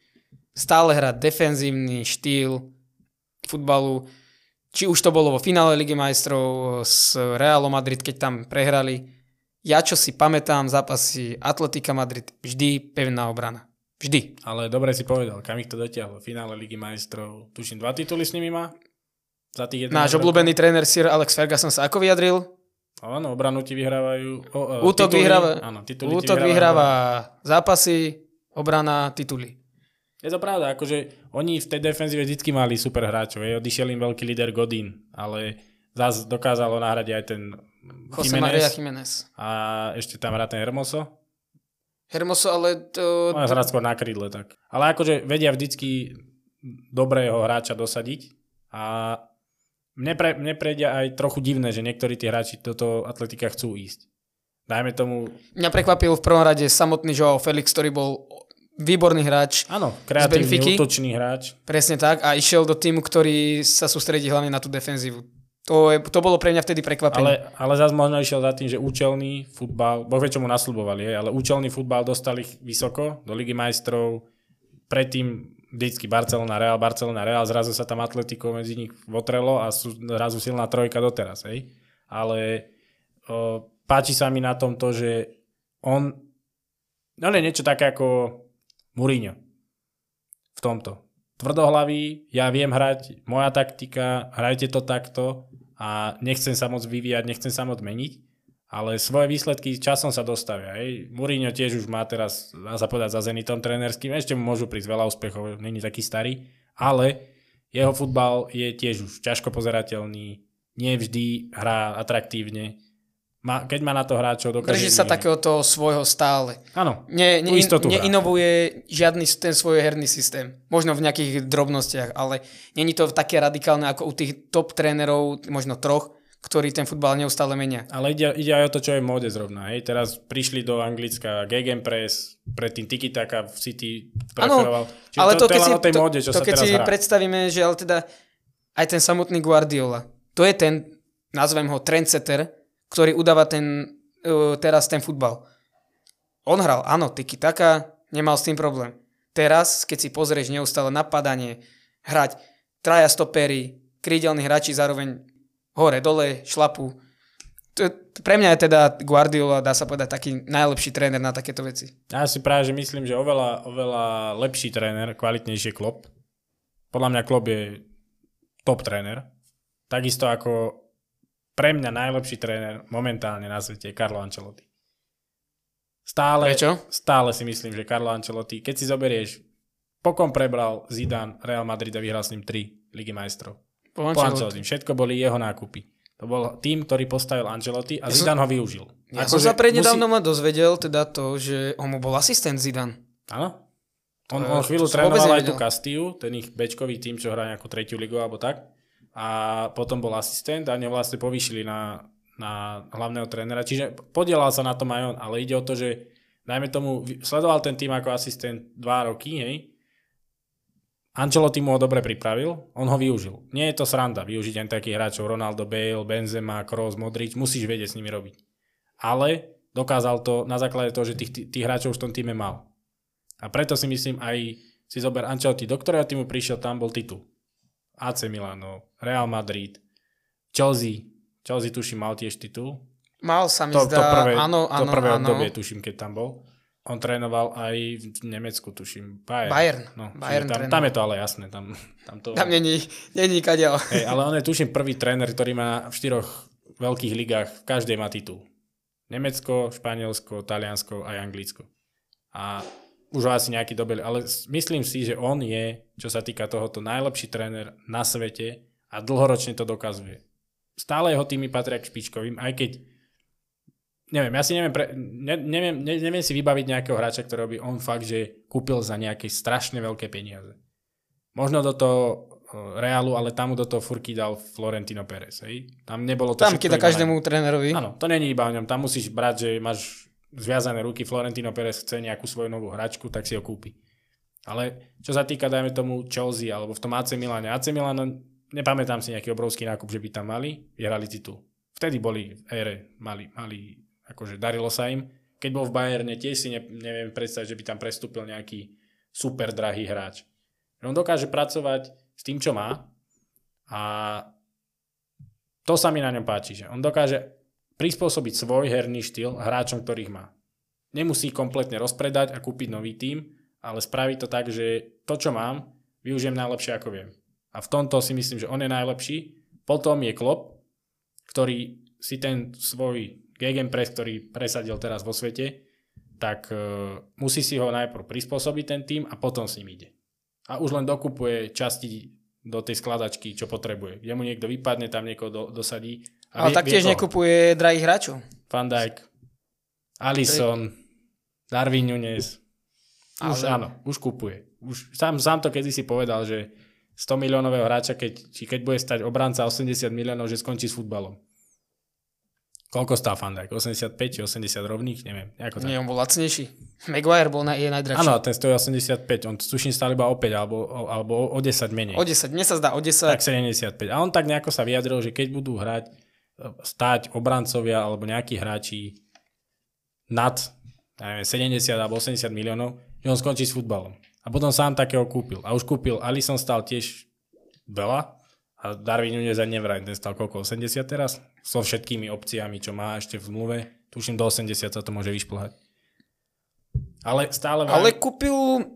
stále hrať defenzívny štýl futbalu. Či už to bolo vo finále Ligy majstrov s Realom Madrid, keď tam prehrali. Ja čo si pamätám, zápasy Atletika Madrid, vždy pevná obrana. Vždy. Ale dobre si povedal, kam ich to dotiahlo. Finále Ligy majstrov, tuším, dva tituly s nimi má? Za tých Náš obľúbený tréner Sir Alex Ferguson sa ako vyjadril? Áno, obranu ti vyhrávajú. O, o, útok tituly, vyhráva, áno, tituly útok vyhráva zápasy, obrana, tituly. Je to pravda, akože oni v tej defenzíve vždycky mali super hráčov. Je, odišiel im veľký líder Godín, ale zás dokázalo nahradiť aj ten José María Jiménez. A ešte tam hrá ten Hermoso. Hermoso, ale to... No, hrá skôr na krídle, tak. Ale akože vedia vždycky dobrého hráča dosadiť a mne, pre, mne prejde aj trochu divné, že niektorí tí hráči do toho Atletika chcú ísť. Dajme tomu... Mňa prekvapil v prvom rade samotný Joao Felix, ktorý bol výborný hráč. Áno, kreatívny, útočný hráč. Presne tak a išiel do týmu, ktorý sa sústredí hlavne na tú defenzívu. To, je, to bolo pre mňa vtedy prekvapenie. Ale, ale zase možno išiel za tým, že účelný futbal, boh vie, čo mu nasľubovali, ale účelný futbal dostali vysoko do Ligy majstrov, predtým vždycky Barcelona, Real, Barcelona, Real, zrazu sa tam Atletico medzi nich votrelo a sú zrazu silná trojka doteraz. Hej? Ale o, páči sa mi na tom to, že on, on je niečo také ako Mourinho v tomto. Tvrdohlavý, ja viem hrať, moja taktika, hrajte to takto a nechcem sa moc vyvíjať, nechcem sa moc meniť, ale svoje výsledky časom sa dostavia. Hej. Mourinho tiež už má teraz, dá sa povedať, za Zenitom trénerským, ešte mu môžu prísť veľa úspechov, není taký starý, ale jeho futbal je tiež už ťažko pozerateľný, nie vždy hrá atraktívne. Má, keď má na to hráčov, dokáže... Drží sa takého toho svojho stále. Áno, ne, ne, neinovuje žiadny ten svoj herný systém. Možno v nejakých drobnostiach, ale není to také radikálne ako u tých top trénerov, možno troch, ktorí ten futbal neustále menia. Ale ide, ide aj o to, čo je v móde zrovna. Hej. Teraz prišli do Anglicka Gegenpress, predtým Tiki-Taka v City preferoval. Čiže ale to, to, keď si, tej móde, čo to, sa keď teraz si hrá. predstavíme, že ale teda aj ten samotný Guardiola, to je ten, nazvem ho trendsetter, ktorý udáva ten, uh, teraz ten futbal. On hral, áno, tiki-taka, nemal s tým problém. Teraz, keď si pozrieš neustále napadanie, hrať traja stopery, krídelní hráči zároveň hore, dole, šlapu. To, pre mňa je teda Guardiola, dá sa povedať, taký najlepší tréner na takéto veci. Ja si práve, že myslím, že oveľa, oveľa lepší tréner, kvalitnejšie Klopp. Podľa mňa Klopp je top tréner. Takisto ako pre mňa najlepší tréner momentálne na svete je Carlo Ancelotti. Stále, Prečo? stále si myslím, že Carlo Ancelotti, keď si zoberieš, pokom prebral Zidane Real Madrid a vyhral s ním tri Ligy majstrov. Po Po Ancelotti. Všetko boli jeho nákupy. To bol tým, ktorý postavil Ancelotti a ja Zidane som, ho využil. Ja Ako, som sa prednedávno musí... ma dozvedel teda to, že on mu bol asistent Zidane. Áno. On, To- on chvíľu to som trénoval vôbec aj tú nevedel. Castillu, ten ich bečkový tým, čo hrá nejakú tretiu ligu alebo tak. A potom bol asistent a oni ho vlastne povýšili na, na hlavného trénera. Čiže podielal sa na tom aj on, ale ide o to, že dajme tomu, sledoval ten tým ako asistent dva roky, hej. Ancelotti mu ho dobre pripravil, on ho využil. Nie je to sranda využiť aj takých hráčov Ronaldo, Bale, Benzema, Kroos, Modric, musíš vedieť s nimi robiť. Ale dokázal to na základe toho, že tých, tých, tých hráčov v tom týme mal. A preto si myslím aj si zober Ancelotti, do ktorého týmu prišiel, tam bol titul. á cé Milano, Real Madrid, Chelsea, Chelsea tuším mal tiež titul. Mal sa mi To, to zdá, prvé, áno, to áno, prvé áno. obdobie tuším, keď tam bol. On trénoval aj v Nemecku, tuším. Bayern. Bayern. No, Bayern tam, trénoval. tam je to ale jasné. Tam, tam, to... Tam není, není kadeľ. Hej, ale on je tuším prvý tréner, ktorý má v štyroch veľkých ligách, v každej má titul. Nemecko, Španielsko, Taliansko aj Anglicko. A už ho asi nejaký dobili, ale myslím si, že on je, čo sa týka tohoto, najlepší tréner na svete a dlhoročne to dokazuje. Stále jeho týmy patria k špičkovým, aj keď neviem, ja si neviem, pre, ne, neviem, ne, neviem si vybaviť nejakého hráča, ktorého by on fakt, že kúpil za nejaké strašne veľké peniaze. Možno do toho Realu, ale tam mu do toho furky dal Florentino Pérez. Hej? Tam nebolo to Tam kýda každému trénerovi. Áno, to není iba o ňom. Tam musíš brať, že máš zviazané ruky, Florentino Pérez chce nejakú svoju novú hračku, tak si ho kúpi. Ale čo sa týka, dajme tomu Chelsea, alebo v tom á cé Milane. á cé Milano, nepamätám si nejaký obrovský nákup, že by tam mali, vyhrali titul. Vtedy boli v ére, mali, mali, akože darilo sa im. Keď bol v Bayerne, tiež si ne, neviem predstaviť, že by tam prestúpil nejaký super drahý hráč. On dokáže pracovať s tým, čo má a to sa mi na ňom páči, že on dokáže prispôsobiť svoj herný štýl hráčom, ktorých má. Nemusí kompletne rozpredať a kúpiť nový tím, ale spraví to tak, že to, čo mám, využijem najlepšie, ako viem. A v tomto si myslím, že on je najlepší. Potom je Klopp, ktorý si ten svoj gegenpress, ktorý presadil teraz vo svete, tak uh, musí si ho najprv prispôsobiť ten tým a potom s ním ide. A už len dokupuje časti do tej skladačky, čo potrebuje. Kde mu niekto vypadne, tam niekoho do, dosadí. A ale vie, taktiež vie nekupuje drahých hráčov. Van Dijk, Alisson, Darwin Núñez. Už ale... áno, už kupuje. Už sám, sám to kedysi povedal, že sto miliónového hráča, keď, či keď bude stať obranca osemdesiat miliónov, že skončí s futbalom. Koľko stál Van Dijk? osemdesiatpäť či osemdesiat rovných? Neviem. Nie, on bol lacnejší. Maguire bol na, je najdrahší. Áno, ten stojí osemdesiatpäť. On tuším stál iba o päť alebo, o, alebo o desať menej. O desať. Mne sa zdá o desať. Tak sedemdesiatpäť. A on tak nejako sa vyjadril, že keď budú hrať, stáť obrancovia alebo nejakí hráči nad neviem, sedemdesiat alebo osemdesiat miliónov, že on skončí s futbalom. A potom sám takého kúpil. A už kúpil. Alisson stál tiež veľa. A Darwin Núñez ani nevraj, ten stal koľko? osemdesiat teraz? So všetkými opciami, čo má ešte v zmluve. Tuším, do osemdesiat sa to môže vyšplhať. Ale stále... Vraj... Ale kúpil...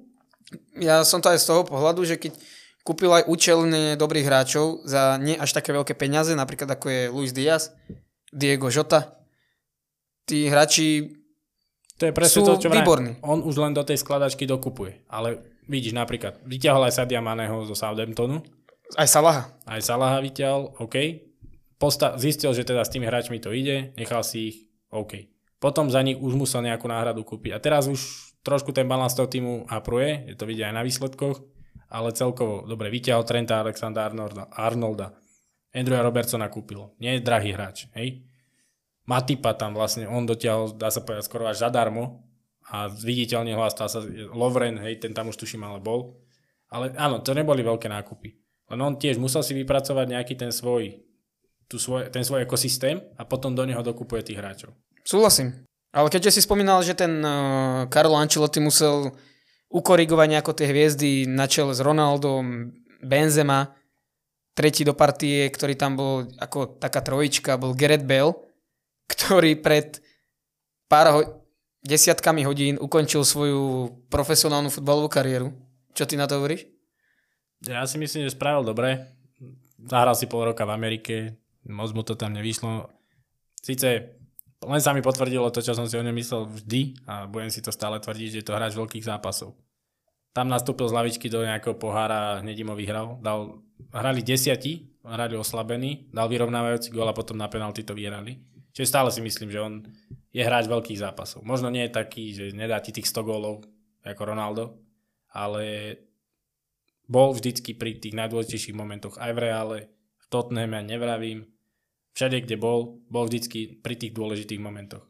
Ja som to aj z toho pohľadu, že keď kúpil aj účelne dobrých hráčov za nie až také veľké peniaze, napríklad ako je Luis Diaz, Diego Jota. Tí hráči to je presne sú to, čo výborní. On už len do tej skladačky dokupuje. Ale vidíš napríklad, vyťahol aj Sadia Maného zo Southamptonu. Aj Salaha. Aj Salaha vyťahol, OK. Posta- zistil, že teda s tými hráčmi to ide, nechal si ich, OK. Potom za nich už musel nejakú náhradu kúpiť. A teraz už trošku ten balans toho týmu apruje, je to vidia aj na výsledkoch, ale celkovo, dobre, vyťahol Trenta Alexander-Arnolda. Andrewa Robertsona kúpil. Nie je drahý hráč, hej. Matipa tam vlastne, on dotiahol, dá sa povedať, skoro až zadarmo a viditeľne ho stal sa Lovren, hej, ten tam už tuším ale bol. Ale áno, to neboli veľké nákupy. Len on tiež musel si vypracovať nejaký ten svoj, tu svoj, ten svoj ekosystém a potom do neho dokupuje tých hráčov. Súhlasím. Ale keďže si spomínal, že ten uh, Carlo Ancelotti musel ukorigovať nejako tie hviezdy na čele s Ronaldom, Benzema, tretí do partie, ktorý tam bol ako taká trojička, bol Gareth Bale, ktorý pred pár ho- desiatkami hodín ukončil svoju profesionálnu futbalovú kariéru. Čo ty na to hovoríš? Ja si myslím, že spravil dobre. Zahral si pol roka v Amerike, moc mu to tam nevyšlo. Sice len sa mi potvrdilo to, čo som si o ňom myslel vždy a budem si to stále tvrdiť, že je to hráč veľkých zápasov. Tam nastúpil z lavičky do nejakého pohára a hneď im ho vyhral. Dal, hrali desiati, hrali oslabení, dal vyrovnávajúci gól a potom na penalty to vyhrali. Čiže stále si myslím, že on je hráč veľkých zápasov. Možno nie je taký, že nedá ti tých sto gólov ako Ronaldo, ale bol vždycky pri tých najdôležitejších momentoch aj v Reále, v Tottenhame, ja nevravím. Všade, kde bol, bol vždycky pri tých dôležitých momentoch.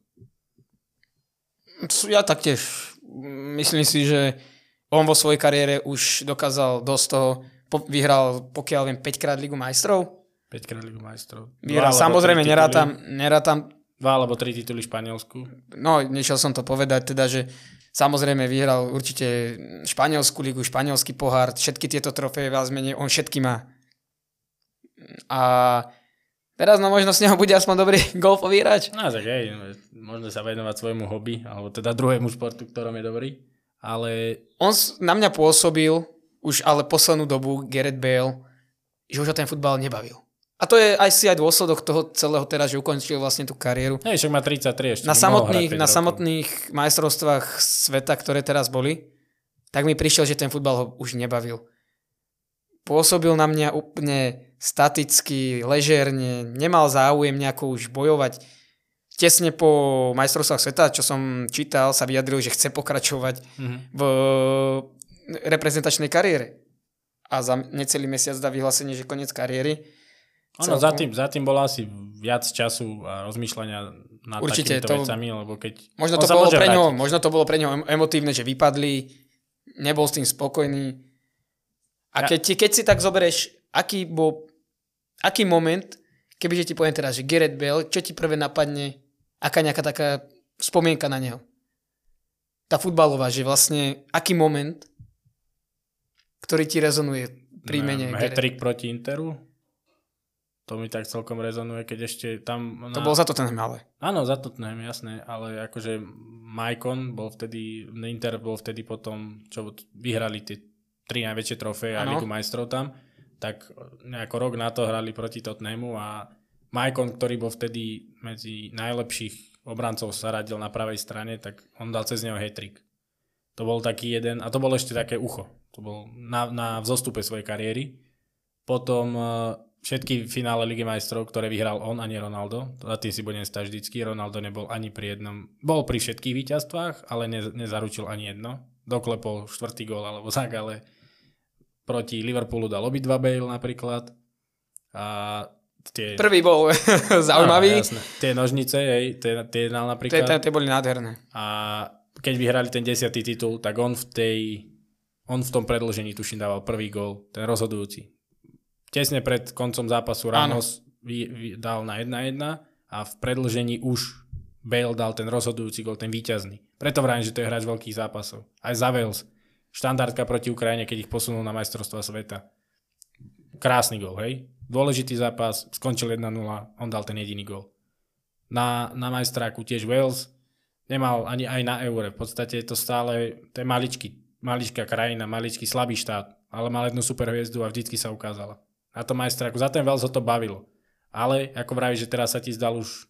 Ja taktiež. Myslím si, že on vo svojej kariére už dokázal dosť toho, vyhral, pokiaľ viem, päťkrát Ligu majstrov. päťkrát Ligu majstrov. Vyhral, samozrejme, nerátam, nerátam. Dva alebo tri tituly v Španielsku. No, nešiel som to povedať, teda, že samozrejme vyhral určite Španielsku ligu, španielský pohár, všetky tieto trofeje viac menej, on všetky má. A teraz no možno z neho bude aspoň dobrý golfový hráč. No tak hej, možno sa venovať svojmu hobby, alebo teda druhému športu, ktorom je dobrý. Ale... On na mňa pôsobil už ale poslednú dobu Gareth Bale, že už ho ten futbal nebavil. A to je aj si aj dôsledok toho celého teraz, že ukončil vlastne tú kariéru. Hej, však má tridsaťtri ešte. Na samotných, na samotných majstrovstvách sveta, ktoré teraz boli, tak mi prišiel, že ten futbal ho už nebavil. Pôsobil na mňa úplne staticky, ležerne, nemal záujem nejako už bojovať. Tesne po majstrovstvách sveta, čo som čítal, sa vyjadril, že chce pokračovať mm-hmm. v reprezentačnej kariére. A za necelý mesiac dá vyhlásenie, že koniec kariéry. Áno, za tým, za tým bolo asi viac času a rozmýšľania nad určite, takýmito to, vecami, lebo keď... Možno to, bolo pre ňo, možno to bolo pre ňo emotívne, že vypadli, nebol s tým spokojný. A keď, ja. keď si tak zoberieš, aký bol, aký moment, kebyže ti poviem teraz, že Gareth Bale, čo ti prvé napadne, aká nejaká taká spomienka na neho? Tá futbalová, že vlastne aký moment ktorý ti rezonuje pri mene. Hat-trick proti Interu? To mi tak celkom rezonuje, keď ešte tam... Na... To bol za Tottenham, ale. Áno, za Tottenham, jasné, ale akože Maicon bol vtedy, Inter bol vtedy potom, čo vyhrali tie tri najväčšie trofeje a Ligu majstrov tam, tak nejako rok na to hrali proti Tottenhamu a Maicon, ktorý bol vtedy medzi najlepších obrancov sa radil na pravej strane, tak on dal cez neho hat-trick. To bol taký jeden, a to bolo ešte také ucho. To bol na, na vzostupe svojej kariéry. Potom všetky finále Ligy majstrov, ktoré vyhral on a nie Ronaldo, za tým si budem stať vždycky. Ronaldo nebol ani pri jednom, bol pri všetkých víťazstvách, ale ne, nezaručil ani jedno. Doklepol štvrtý gól alebo tak, ale proti Liverpoolu dal obidva Bale napríklad. A tie... Prvý bol zaujímavý. Áno, tie nožnice, hej, tie, tie dal napríklad. Tie, tie boli nádherné. A keď vyhrali ten desiatý titul, tak on v tej, on v tom predĺžení tuším dával prvý gól, ten rozhodujúci. Tesne pred koncom zápasu Ramos vy, vy, dal na jedna jedna a v predĺžení už Bale dal ten rozhodujúci gól, ten víťazný. Preto vrajím, že to je hráč veľkých zápasov. Aj za Wales. Štandardka proti Ukrajine, keď ich posunul na majstrovstvá sveta. Krásny gól, hej. Dôležitý zápas, skončil jedna nula, on dal ten jediný gól. Na, na majstráku tiež Wales nemal ani aj na eure. V podstate je to stále, to je maličký, maličká krajina, maličký slabý štát, ale mal jednu superhviezdu a vždycky sa ukázala. Na tom majstráku. Za ten Wales ho to bavilo. Ale, ako vravíš, že teraz sa ti zdal už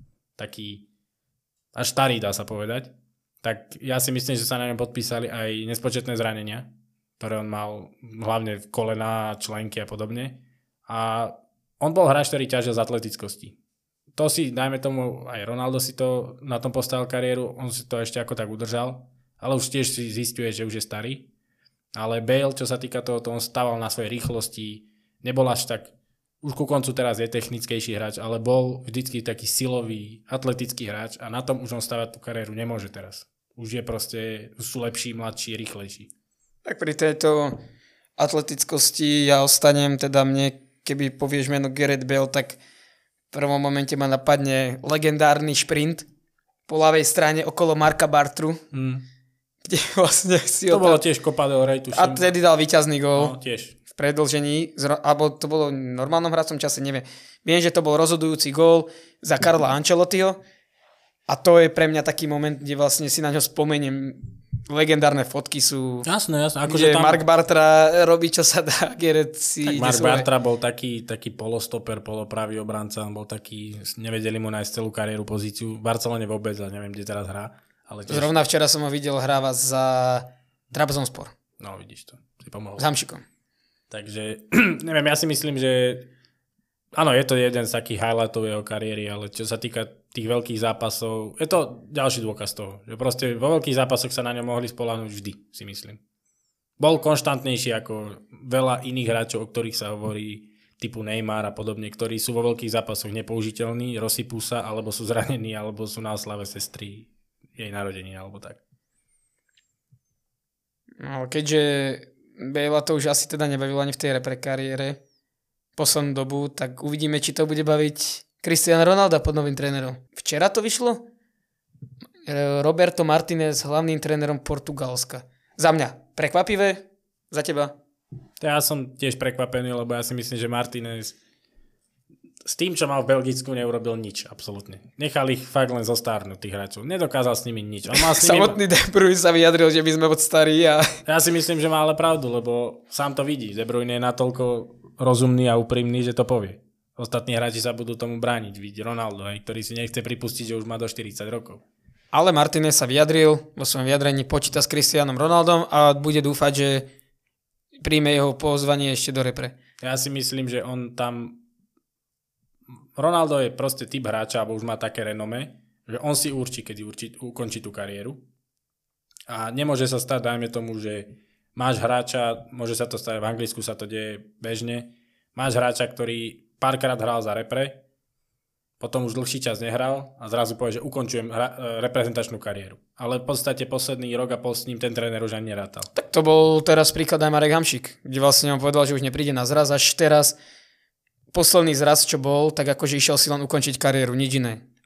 taký až starý, dá sa povedať, tak ja si myslím, že sa na ňom podpísali aj nespočetné zranenia, ktoré on mal hlavne v kolena, členky a podobne. A on bol hráč, ktorý ťažil z atletickosti. To si, dajme tomu, aj Ronaldo si to na tom postavil kariéru, on si to ešte ako tak udržal, ale už tiež si zisťuje, že už je starý. Ale Bale, čo sa týka toho, to on stával na svojej rýchlosti, nebol až tak, už ku koncu teraz je technickejší hráč, ale bol vždycky taký silový, atletický hráč a na tom už on stavať tú kariéru nemôže teraz. Už je proste, už sú lepší, mladší, rýchlejší. Tak pri tejto atletickosti ja ostanem, teda mne, keby povieš meno Gareth Bale, tak v prvom momente ma napadne legendárny šprint po ľavej strane okolo Marka Bartru, mm. kde vlastne si to bolo tiež Copa del Rey, tuším. A tedy dal víťazný gól. No, tiež. V predĺžení, alebo to bolo v normálnom hracom čase, neviem. Viem, že to bol rozhodujúci gól za Carla Ancelottiho a to je pre mňa taký moment, kde vlastne si na ňo spomeniem. Legendárne fotky sú, jasné, jasné. Ako kde tam... Mark Bartra robí, čo sa dá. Gareth si tak Mark svoje. Bartra bol taký, taký polostoper, polopravý obranca, on bol taký, nevedeli mu nájsť celú kariéru pozíciu. V Barcelone vôbec, a neviem, kde teraz hrá. Ale tiež... Zrovna včera som ho videl hrávať za Trabzonspor. No, vidíš to. Si pomohol. S Hamšikom. Takže, neviem, ja si myslím, že áno, je to jeden z takých highlightov jeho kariéry, ale čo sa týka tých veľkých zápasov, je to ďalší dôkaz toho, že proste vo veľkých zápasoch sa na ňom mohli spoľahnúť vždy, si myslím. Bol konštantnejší ako veľa iných hráčov, o ktorých sa hovorí, typu Neymar a podobne, ktorí sú vo veľkých zápasoch nepoužiteľní, rozsypú sa, alebo sú zranení, alebo sú na oslave sestry jej narodení, alebo tak. No, keďže Bale to už asi teda nebavilo ani v tej repre kariére poslednú dobu, tak uvidíme, či to bude baviť Cristiano Ronaldo pod novým trénerom. Včera to vyšlo? Roberto Martinez hlavným trénerom Portugalska. Za mňa prekvapivé, za teba? Ja som tiež prekvapený, lebo ja si myslím, že Martinez s tým, čo mal v Belgicku, neurobil nič, absolútne. Nechal ich fakt len zostárnuť tých hráčov. Nedokázal s nimi nič. On mal s nimi... Samotný De Bruyne sa vyjadril, že by sme moc starí. A... Ja si myslím, že má ale pravdu, lebo sám to vidí. De Bruyne je natoľko rozumný a úprimný, že to povie. Ostatní hráči sa budú tomu brániť. Vidí Ronaldo, hej, ktorý si nechce pripustiť, že už má do štyridsať rokov. Ale Martinez sa vyjadril, vo svojom vyjadrení počíta s Cristianom Ronaldom a bude dúfať, že príjme jeho pozvanie ešte do repre. Ja si myslím, že on tam... Ronaldo je proste typ hráča, alebo už má také renome, že on si určí, kedy určí, ukončí tú kariéru. A nemôže sa stať, dajme tomu, že máš hráča, môže sa to stať, v Anglicku sa to deje bežne, máš hráča, ktorý párkrát hral za repre, potom už dlhší čas nehral a zrazu povie, že ukončujem hra, reprezentačnú kariéru. Ale v podstate posledný rok a pol s ním ten tréner už ani nerátal. Tak to bol teraz príklad aj Marek Hamšík, kde vlastne on povedal, že už nepríde na zraz, až teraz posledný zraz, čo bol, tak akože išiel si len ukončiť kariéru, nič iné.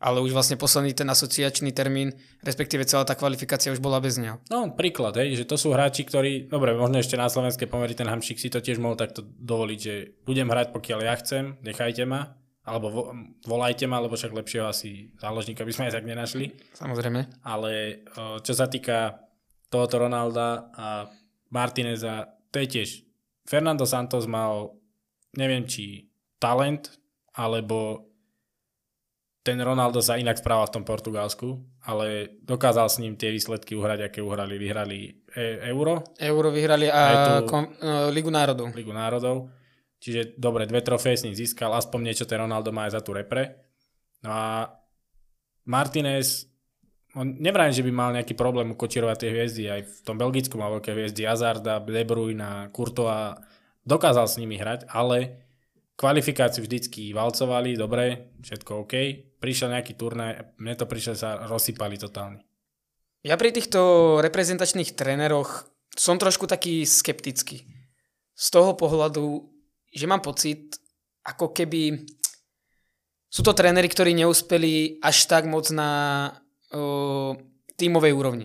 ale už vlastne posledný ten asociačný termín, respektíve celá tá kvalifikácia už bola bez neho. No, príklad, hej, že to sú hráči, ktorí, dobre, možno ešte na slovenské pomery ten Hamšík si to tiež mohol takto dovoliť, že budem hrať, pokiaľ ja chcem, nechajte ma, alebo vo, volajte ma, lebo však lepšieho asi záložníka by sme aj tak nenašli. Samozrejme. Ale čo sa týka tohoto Ronalda a Martineza, to je tiež, Fernando Santos mal, neviem či talent, alebo ten Ronaldo sa inak správal v tom Portugalsku, ale dokázal s ním tie výsledky uhrať, aké uhrali. Vyhrali e- Euro. Euro vyhrali a kom- no, Ligu národov. Ligu národov. Čiže dobre, dve trofeje s ním získal, aspoň niečo ten Ronaldo má aj za tú repre. No a Martinez, on nevrajím, že by mal nejaký problém ukočírovať tie hviezdy, aj v tom Belgicku mal veľké hviezdy, Hazarda, De Bruyne, Courtois, dokázal s nimi hrať, ale kvalifikáciu vždycky valcovali, dobre, všetko OK. Prišiel nejaký turnaj, mne to prišlo, sa rozsypali totálne. Ja pri týchto reprezentačných tréneroch som trošku taký skeptický. Z toho pohľadu, že mám pocit, ako keby sú to tréneri, ktorí neúspeli až tak moc na uh, tímovej úrovni.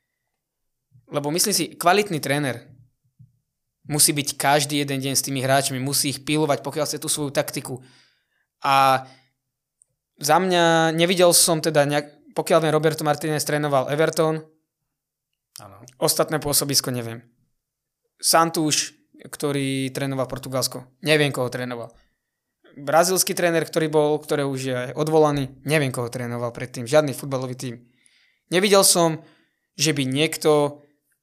Lebo myslím si, kvalitný tréner musí byť každý jeden deň s tými hráčmi, musí ich pilovať, pokiaľ chce tú svoju taktiku. A za mňa nevidel som teda, nejak, pokiaľ viem, Roberto Martinez trénoval Everton, ano. Ostatné pôsobisko neviem. Santuš, ktorý trénoval Portugalsko, neviem, koho trénoval. Brazílsky tréner, ktorý bol, ktorý už je odvolaný, neviem, koho trénoval predtým, žiadny futbalový tím. Nevidel som, že by niekto,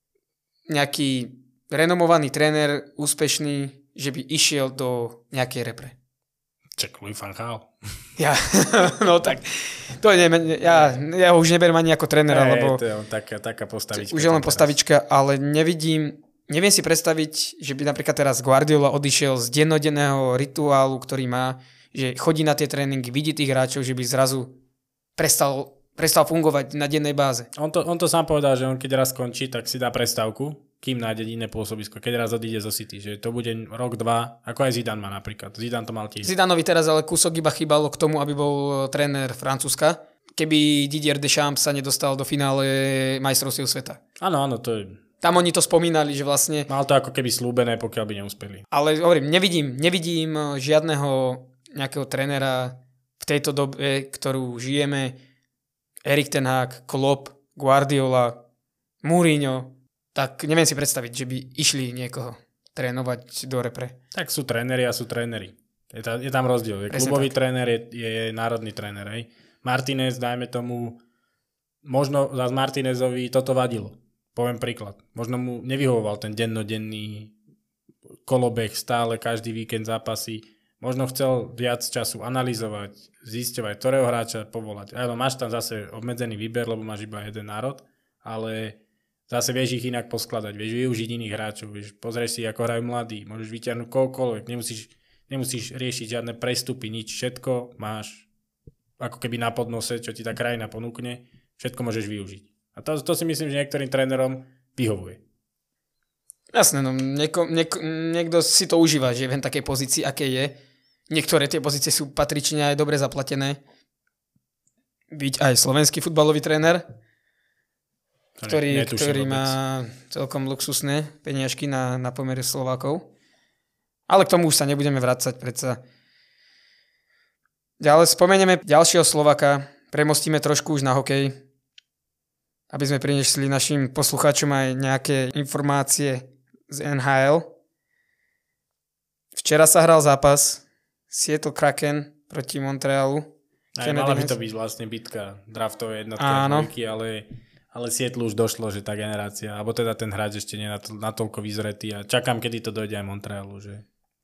nejaký renomovaný tréner, úspešný, že by išiel do nejakej repre. Čak, Louis van Gaal. Ja, no tak, to je, ja, ja ho už neberiem ani ako trénera, hey, lebo to je taká, taká postavička. Už je len postavička, ale nevidím, neviem si predstaviť, že by napríklad teraz Guardiola odišiel z dennodenného rituálu, ktorý má, že chodí na tie tréningy, vidí tých hráčov, že by zrazu prestal, prestal fungovať na dennej báze. On to, on to sám povedal, že on keď raz skončí, tak si dá prestávku, kým nájde iné pôsobisko, keď raz odíde zo City, že to bude rok, dva, ako aj Zidane má napríklad. Zidane to mal tiež. Zidanovi teraz ale kúsok iba chýbalo k tomu, aby bol tréner Francúzska, keby Didier Deschamps sa nedostal do finále majstrovstiev sveta. Áno, áno, to je... Tam oni to spomínali, že vlastne... Mal to ako keby slúbené, pokiaľ by neúspeli. Ale hovorím, nevidím, nevidím žiadneho nejakého trénera v tejto dobe, ktorú žijeme. Erik ten Hag, Klopp, Guardiola, Mourinho. Tak neviem si predstaviť, že by išli niekoho trénovať do repre. Tak sú tréneri a sú tréneri. Je, ta, je tam rozdiel. Je klubový tak. Tréner, je, je, je národný tréner. Hej. Martinez, dajme tomu, možno za Martinezovi toto vadilo. Poviem príklad. Možno mu nevyhovoval ten dennodenný kolobeh, stále každý víkend zápasy. Možno chcel viac času analyzovať, zisťovať, ktorého hráča povolať. Áno, máš tam zase obmedzený výber, lebo máš iba jeden národ, ale zase vieš ich inak poskladať, vieš využiť iných hráčov, vieš, pozrieš si, ako hrajú mladí, môžeš vyťahnuť koľkoľvek, nemusíš, nemusíš riešiť žiadne prestupy, nič, všetko máš ako keby na podnose, čo ti tá krajina ponúkne, všetko môžeš využiť. A to, to si myslím, že niektorým trénerom vyhovuje. Jasné, no nieko, nieko, niekto si to užíva, že je v takej pozícii, aké je. Niektoré tie pozície sú patrične aj dobre zaplatené. Byť aj slovenský futbalový tréner, ktorý, ktorý má celkom luxusné peniažky na, na pomere Slovákov. Ale k tomu už sa nebudeme vracať predsa. Ďalej spomenieme ďalšieho Slováka, premostíme trošku už na hokej, aby sme priniesli našim poslucháčom aj nejaké informácie z en há el. Včera sa hral zápas Seattle Kraken proti Montrealu. Aj mala by to byť vlastne bitka draftové jednotky a dvojky, ale, ale Seattle už došlo, že tá generácia, alebo teda ten hráč ešte nie je natoľko vyzretý a čakám, kedy to dojde aj Montrealu. Že...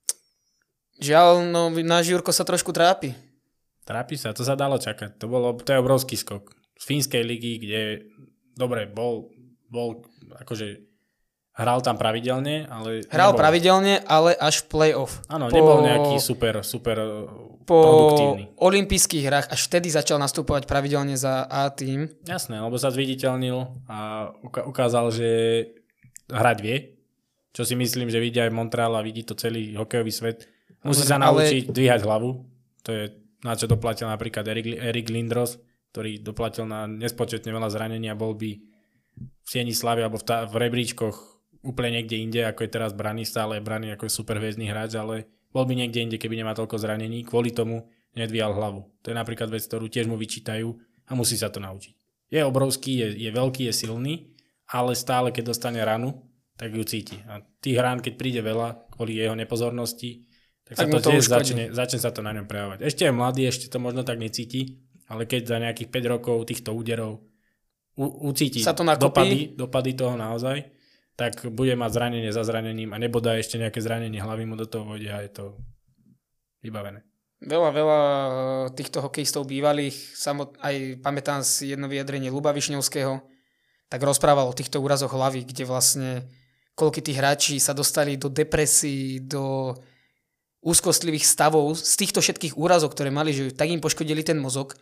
Žiaľ, no náš Jurko sa trošku trápi. Trápi sa, to sa dalo čakať. To, bolo, to je obrovský skok. Z fínskej ligy, kde dobre, bol, bol akože hral tam pravidelne, ale... Hral nebol. pravidelne, ale až v play-off. Áno, po, nebol nejaký super, super po produktívny. Po olympijských hrách až vtedy začal nastupovať pravidelne za A tým. Jasné, lebo sa zviditeľnil a ukázal, že hrať vie. Čo si myslím, že vidí aj Montreal a vidí to celý hokejový svet. Musí sa naučiť ale... dvíhať hlavu. To je na čo doplatil napríklad Erik, Erik Lindros, ktorý doplatil na nespočetne veľa zranení a bol by v sieni slavy alebo v, ta, v rebríčkoch úplne niekde inde, ako je teraz Brany, stále Brany ako je superhviezdny hráč, ale bol by niekde inde, keby nemá toľko zranení, kvôli tomu nedvíjal hlavu. To je napríklad vec, ktorú tiež mu vyčítajú a musí sa to naučiť. Je obrovský, je, je veľký, je silný, ale stále, keď dostane ranu, tak ju cíti. A tých rán, keď príde veľa, kvôli jeho nepozornosti, tak, tak sa to, to tiež začne, začne sa to na ňom prejavovať. Ešte je mladý, ešte to možno tak necíti, ale keď za nejakých päť rokov týchto úderov u, ucíti dopady, dopady toho naozaj, tak bude mať zranenie za zranením a nebodá ešte nejaké zranenie hlavy mu do toho vode a je to vybavené. Veľa, veľa týchto hokejistov bývalých, samot, aj pamätám si jedno vyjadrenie Ľuba Višňovského, tak rozprával o týchto úrazoch hlavy, kde vlastne koľko tí hráči sa dostali do depresí, do úzkostlivých stavov z týchto všetkých úrazov, ktoré mali, že tak im poškodili ten mozog.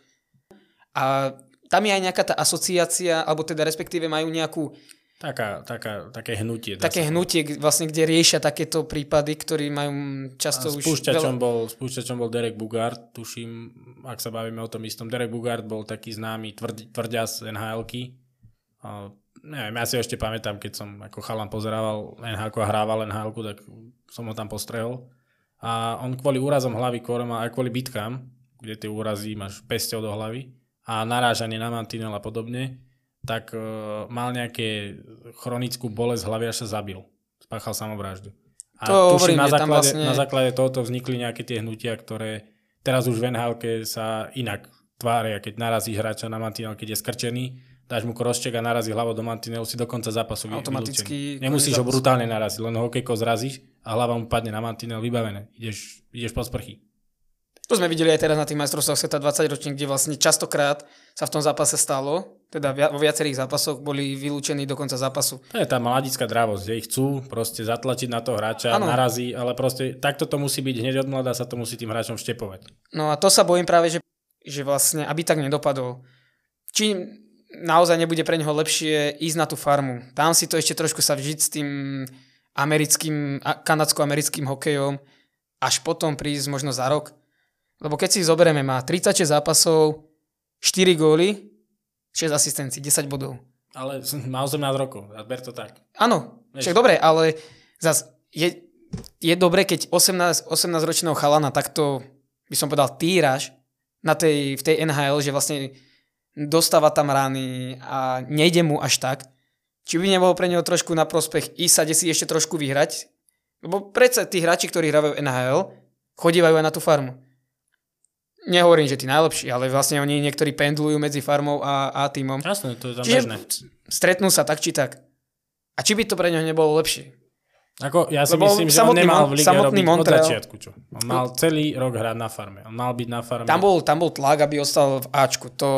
A tam je aj nejaká tá asociácia, alebo teda respektíve majú nejakú Taká, taká, také hnutie. Také hnutie, vlastne, kde riešia takéto prípady, ktorí majú často už... Spúšťačom, veľa... bol, spúšťačom bol Derek Bugard, tuším, ak sa bavíme o tom istom. Derek Bugard bol taký známy tvrd, tvrďas en há elky. A, neviem, ja si ešte pamätám, keď som ako chalan pozerával en há elku a hrával en há elku, tak som ho tam postrehol. A on kvôli úrazom hlavy, aj kvôli bitkám, kde tie úrazy máš pesťou do hlavy a narážanie na mantinel a podobne, tak uh, mal nejaké chronickú bolesť hlavy, až sa zabil. Spáchal samovraždu. A to tuším, hovorím, na, základe, vlastne... na základe tohoto vznikli nejaké tie hnutia, ktoré teraz už v en há elke sa inak tvária, keď narazí hráča na mantinel, keď je skrčený, dáš mu krošček a narazí hlavou do mantinelu, si do konca zápasu automaticky vylúčený. Nemusíš ho brutálne naraziť, len hokejko zrazíš a hlava mu padne na mantinel, vybavené. Ideš, ideš po sprchy. To sme videli aj teraz na tých majstrovstvách sveta dvadsaťročník, kde vlastne častokrát sa v tom zápase stalo, teda vo viacerých zápasoch boli vylúčení do konca zápasu. To je tá mladická dravosť, že ich chcú proste zatlačiť na toho hráča, ano. Narazí, ale proste takto to musí byť hneď od mladá, sa to musí tým hráčom vštepovať. No a to sa bojím práve, že, že vlastne, aby tak nedopadol. Či naozaj nebude pre neho lepšie ísť na tú farmu. Tam si to ešte trošku sa vžiť s tým americkým, kanadsko-americkým hokejom, až potom prísť možno za rok. Lebo keď si zoberieme, má tridsaťšesť zápasov, štyri góly, šesť asistencií, desať bodov. Ale má osemnásť rokov, a ber to tak. Áno, však dobre, ale zas je, je dobre, keď osemnásť, osemnásťročného chalana takto, by som povedal, týraš na tej, v tej en há el, že vlastne dostáva tam rány a nejde mu až tak. Či by nebolo pre neho trošku na prospech ísť sa si ešte trošku vyhrať? Lebo predsa tí hráči, ktorí hrajú en há el, chodívajú aj na tú farmu. Nehovorím, že tí najlepší, ale vlastne oni niektorí pendlujú medzi farmou a, a tímom. Jasné, to je tam Čiže bežné. Stretnú sa tak či tak. A či by to pre neho nebolo lepšie? Ako, ja si Lebo myslím, že on nemal v lige robiť Montreal, od začiatku. Čo? On mal celý rok hrať na farme. On mal byť na farme. Tam bol, tam bol tlak, aby ostal v Ačku. To,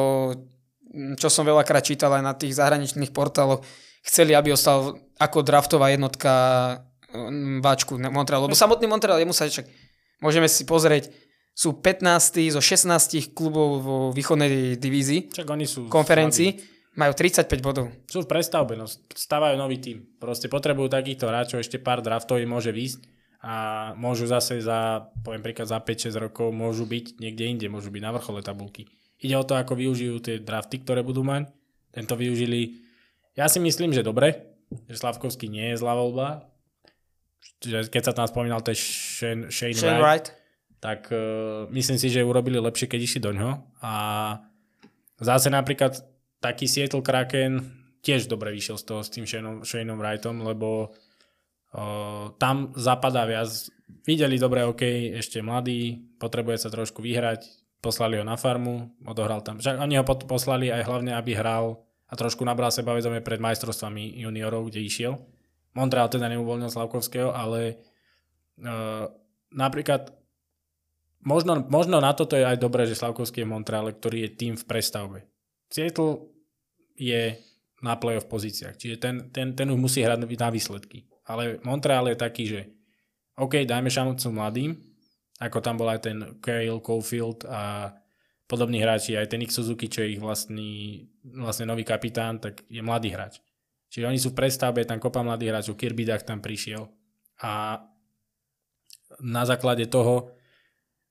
čo som veľakrát čítal aj na tých zahraničných portáloch, chceli, aby ostal ako draftová jednotka v Ačku Montreal. Lebo samotný Montreal, jemu sa však môžeme si pozrieť, sú pätnásty zo šestnásť klubov vo východnej divízii, Čak oni sú konferencii, slabí. Majú tridsaťpäť bodov. Sú v prestavbe, no, stávajú nový tím. Proste potrebujú takýchto hráčov, ešte pár draftov im môže výsť a môžu zase za, poviem príklad, za päť šesť rokov môžu byť niekde inde, môžu byť na vrchole tabulky. Ide o to, ako využijú tie drafty, ktoré budú mať. Tento využili, ja si myslím, že dobre, že Slavkovský nie je zlá voľba. Keď sa tam spomínal, to je Shane, Shane, Shane Wright. Wright. Tak uh, myslím si, že urobili lepšie, keď išli doňho. A zase napríklad taký Seattle Kraken tiež dobre vyšiel z toho s tým Shaneom, Shaneom Wrightom, lebo uh, tam zapadá viac. Videli dobre, OK, ešte mladý, potrebuje sa trošku vyhrať, poslali ho na farmu, odohral tam. Však oni ho poslali aj hlavne, aby hral a trošku nabral sebavedomie pred majstrovstvami juniorov, kde išiel. Montreal teda neuvoľnil Slavkovského, ale uh, napríklad Možno, možno na toto je aj dobré, že Slavkovský je v Montreale, ktorý je tým v prestavbe. Seattle je na playoff pozíciách, čiže ten, ten, ten už musí hrať na výsledky. Ale Montreal je taký, že OK, dajme šancu mladým, ako tam bol aj ten Kyle Caulfield a podobní hráči, aj ten Nick Suzuki, čo je ich vlastný, vlastne nový kapitán, tak je mladý hráč. Čiže oni sú v prestavbe, tam kopa mladých hráčov, Kirby Duck tam prišiel a na základe toho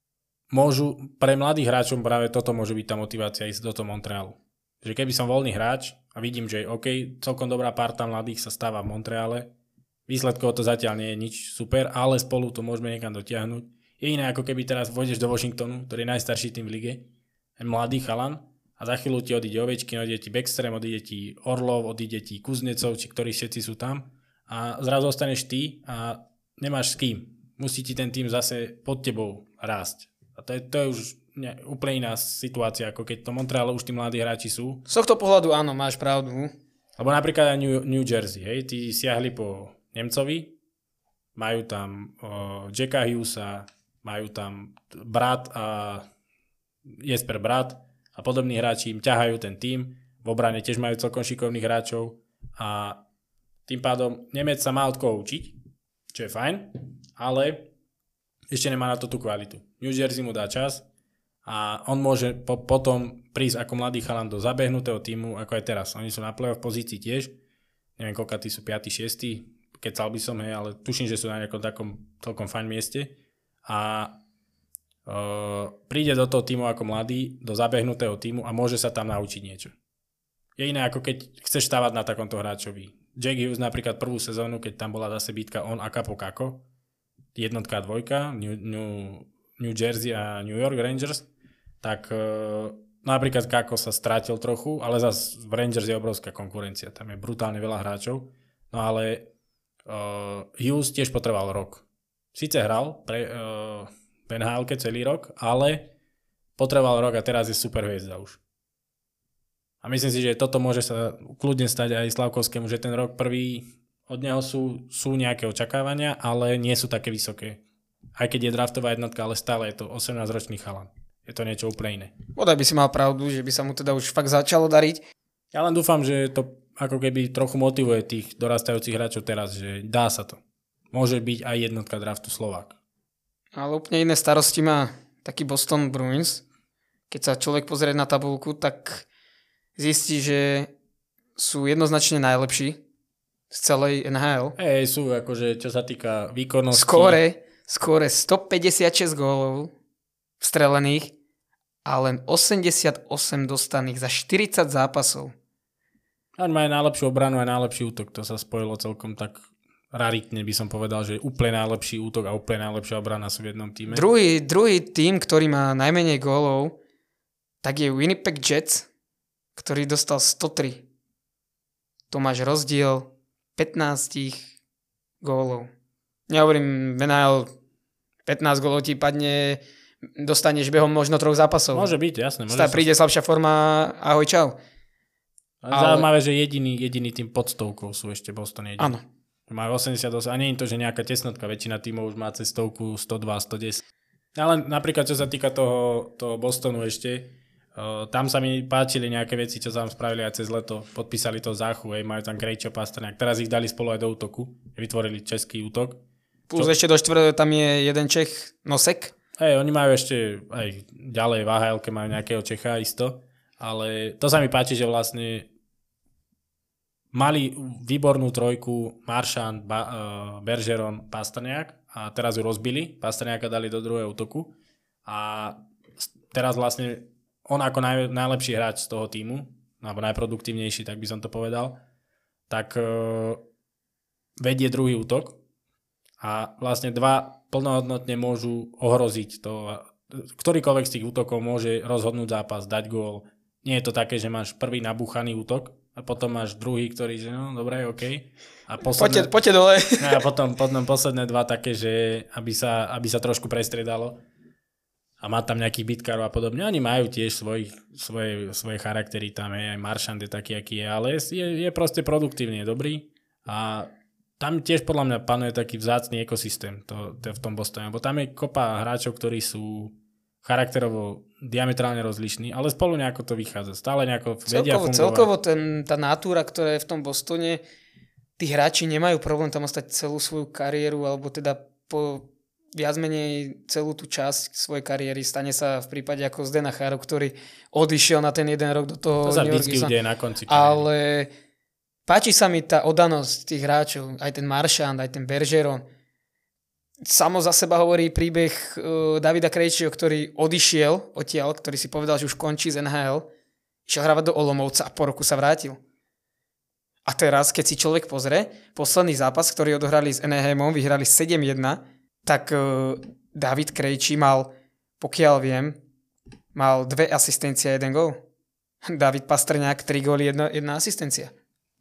môžu, pre mladých hráčov práve toto môže byť tá motivácia ísť do toho Montrealu. Že keby som voľný hráč a vidím, že OK, celkom dobrá parta mladých sa stáva v Montreale, výsledkovo to zatiaľ nie je nič super, ale spolu to môžeme niekam dotiahnuť. Je iné ako keby teraz vojdeš do Washingtonu, ktorý je najstarší tým v lige, mladý chalan, a za chvíľu ti odíde Ovečkin, odíde ti Backstrom, odíde ti Orlov, odíde ti Kuznecov, či ktorí všetci sú tam a zrazu ostaneš ty a nemáš s kým. Musí ti ten tým zase pod tebou rásť. A to je, to je už ne, úplne iná situácia, ako keď to Montreal už tí mladí hráči sú. Z tohto pohľadu áno, máš pravdu. Lebo napríklad aj New, New Jersey, hej, tí siahli po Nemcovi, majú tam uh, Jacka Hughesa, majú tam Brat a Jesper Brat, a podobní hráči im ťahajú ten tím, v obrane tiež majú celkom šikovných hráčov a tým pádom Nemec sa má od koho učiť, čo je fajn, ale ešte nemá na to tú kvalitu. New Jersey mu dá čas a on môže po, potom prísť ako mladý chalan do zabehnutého tímu, ako aj teraz. Oni sú na playoff pozícii tiež, neviem koľka tí sú piaty šiesty, kecal by som, hej, ale tuším, že sú na nejakom takom celkom fajn mieste a Uh, príde do toho týmu ako mladý, do zabehnutého týmu a môže sa tam naučiť niečo. Je iné ako keď chceš stávať na takomto hráčovi. Jack Hughes napríklad prvú sezónu, keď tam bola zase bitka on a Capo Caco, jednotka a dvojka, New, New, New Jersey a New York Rangers, tak uh, napríklad Caco sa strátil trochu, ale zase v Rangers je obrovská konkurencia, tam je brutálne veľa hráčov, no ale uh, Hughes tiež potreboval rok. Síce hral pre... Uh, v en há elke celý rok, ale potreboval rok a teraz je super hviezda už. A myslím si, že toto môže sa kľudne stať aj Slavkovskému, že ten rok prvý od neho sú, sú nejaké očakávania, ale nie sú také vysoké. Aj keď je draftová jednotka, ale stále je to osemnásťročný chalan. Je to niečo úplne iné. Bodaj by si mal pravdu, že by sa mu teda už fakt začalo dariť. Ja len dúfam, že to ako keby trochu motivuje tých dorastajúcich hráčov teraz, že dá sa to. Môže byť aj jednotka draftu Slovák. Ale úplne iné starosti má taký Boston Bruins. Keď sa človek pozrie na tabuľku, tak zistí, že sú jednoznačne najlepší z celej en há el. Hej, sú akože, čo sa týka výkonnosti. Skóre, skóre stopäťdesiatšesť gólov vstrelených a len osemdesiatosem dostaných za štyridsať zápasov. Oni majú najlepšiu obranu a najlepší útok. To sa spojilo celkom tak raritne, by som povedal, že úplne najlepší útok a úplne najlepšia obrana sú v jednom týme. Druhý, druhý tým, ktorý má najmenej gólov, tak je Winnipeg Jets, ktorý dostal sto tri. To máš rozdiel pätnásť gólov. Nehovorím, en há el pätnásť gólov ti padne, dostaneš behom možno troch zápasov. Môže byť, jasné. Môže Stá, príde slabšia forma, ahoj, čau. Ale zaujímavé, že jediný, jediný tým pod stovkou sú ešte Boston jediný. Áno. Majú osemdesiatosem, a nie je to, že nejaká tesnotka, väčšina tímov už má cez stovku, sto dva, sto desať. Ale napríklad, čo sa týka toho, toho Bostonu ešte, uh, tam sa mi páčili nejaké veci, čo sa tam spravili aj cez leto. Podpísali to Záchu, hej, majú tam Krejčo, Pastrňák. Teraz ich dali spolu aj do útoku, vytvorili český útok. Plus čo? ešte do štvrtého tam je jeden Čech, Nosek. Hej, oni majú ešte aj ďalej v á há elke majú nejakého Čecha isto, ale to sa mi páči, že vlastne mali výbornú trojku Marchand, ba, uh, Bergeron, Pastrňák a teraz ju rozbili. Pastrňáka dali do druhého útoku a teraz vlastne on ako naj, najlepší hráč z toho týmu, alebo najproduktívnejší, tak by som to povedal, tak uh, vedie druhý útok a vlastne dva plnohodnotne môžu ohroziť to. Ktorýkoľvek z tých útokov môže rozhodnúť zápas, dať gól. Nie je to také, že máš prvý nabúchaný útok, a potom máš druhý, ktorý, že no, dobre, OK. A posledné, poďte, poďte dole. A potom, potom posledné dva také, že aby sa, aby sa trošku prestriedalo. A má tam nejakých bitkárov a podobne. Oni majú tiež svoj, svoje, svoje charaktery tam, je, aj Marchand je taký, aký je, ale je, je proste produktívny, je dobrý. A tam tiež podľa mňa panuje taký vzácny ekosystém to, to v tom Bostone, lebo tam je kopa hráčov, ktorí sú charakterovo diametrálne rozlišný, ale spolu nejako to vychádza. Stále nejako vedia celkovo, fungovať. Celkovo ten, tá natúra, ktorá je v tom Bostone, tí hráči nemajú problém tam ostať celú svoju kariéru, alebo teda po viac menej celú tú časť svojej kariéry. Stane sa v prípade ako Zdena Cháro, ktorý odišiel na ten jeden rok do toho To sa New vždycky Yorku. udeje na konci. Ale páči sa mi tá odanosť tých hráčov, aj ten Marchand, aj ten Bergeron. samo za seba hovorí príbeh uh, Davida Krejčího, ktorý odišiel odtiaľ, ktorý si povedal, že už končí z en há el, išiel hrávať do Olomouca a po roku sa vrátil. A teraz, keď si človek pozrie, posledný zápas, ktorý odohrali s Anaheimom, vyhrali sedem jedna, tak uh, David Krejčí mal, pokiaľ viem, mal dve asistencie a jeden gól. David Pastrňák, tri góly, jedna, jedna asistencia.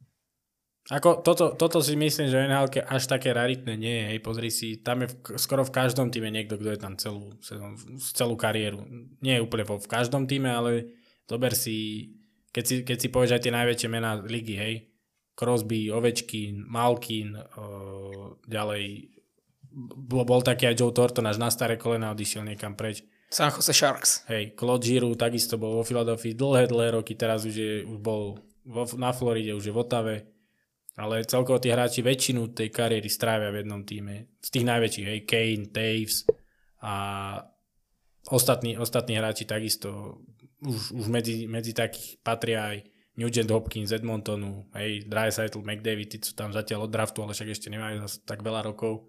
Ako, toto, toto si myslím, že en há elke až také raritné nie je. Hej, pozri si, tam je v, skoro v každom týme niekto, kto je tam celú, celú kariéru. Nie je úplne v každom týme, ale zober si, keď si, keď si povieš aj tie najväčšie mená ligy, hej, Crosby, Ovečkin, Malkin, uh, ďalej bol, bol taký aj Joe Thornton, až na staré kolena odišiel niekam preč. San Jose Sharks. Hej, Claude Giroux takisto bol vo Philadelphii dlhé, dlhé roky, teraz už, je, už bol vo, na Floride, už je v Ottave, ale celkovo tí hráči väčšinu tej kariéry strávia v jednom týme. Z tých najväčších, hej, Kane, Taves a ostatní, ostatní hráči takisto už, už medzi, medzi takých patria aj Nugent Hopkins z Edmontonu, hej, Draisaitl, McDavid, tí sú tam zatiaľ od draftu, ale však ešte nemajú tak veľa rokov.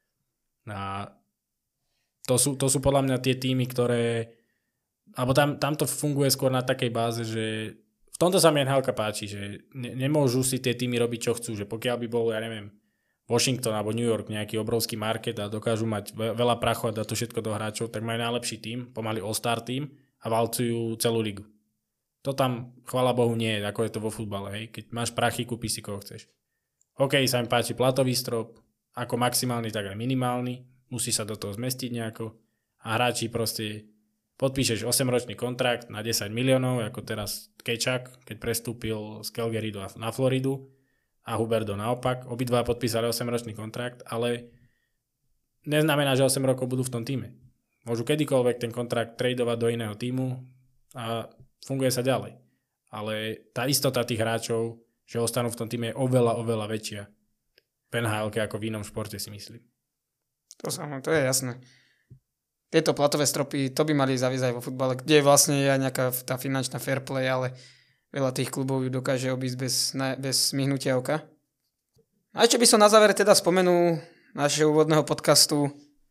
A To sú, to sú podľa mňa tie týmy, ktoré... Alebo tam, tam to funguje skôr na takej báze, že v tomto sa mi en há elka páči, že ne, nemôžu si tie týmy robiť, čo chcú. Že pokiaľ by bol, ja neviem, Washington alebo New York nejaký obrovský market a dokážu mať veľa prachu a dať to všetko do hráčov, tak majú najlepší tým, pomaly all-star tým a valcujú celú ligu. To tam, chvála Bohu, nie je, ako je to vo futbale. Hej. Keď máš prachy, kúpiš si koho chceš. OK, sa mi páči platový strop, ako maximálny, tak aj minimálny. Musí sa do toho zmestiť nejako a hráči proste podpíšeš osemročný kontrakt na desať miliónov, ako teraz Kečak, keď prestúpil z Calgary na Floridu a Huberdo naopak. Obidva podpísali osemročný kontrakt, ale neznamená, že osem rokov budú v tom týme. Môžu kedykoľvek ten kontrakt tradovať do iného týmu a funguje sa ďalej. Ale tá istota tých hráčov, že ostanú v tom týme, je oveľa, oveľa väčšia v en há elke ako v inom športe, si myslím. To samo, to je jasné. Tieto platové stropy, to by mali zaviesť aj vo futbale, kde je vlastne aj nejaká tá finančná fair play, ale veľa tých klubov ju dokáže obísť bez, bez myhnutia oka. A ešte by som na záver teda spomenul našeho úvodného podcastu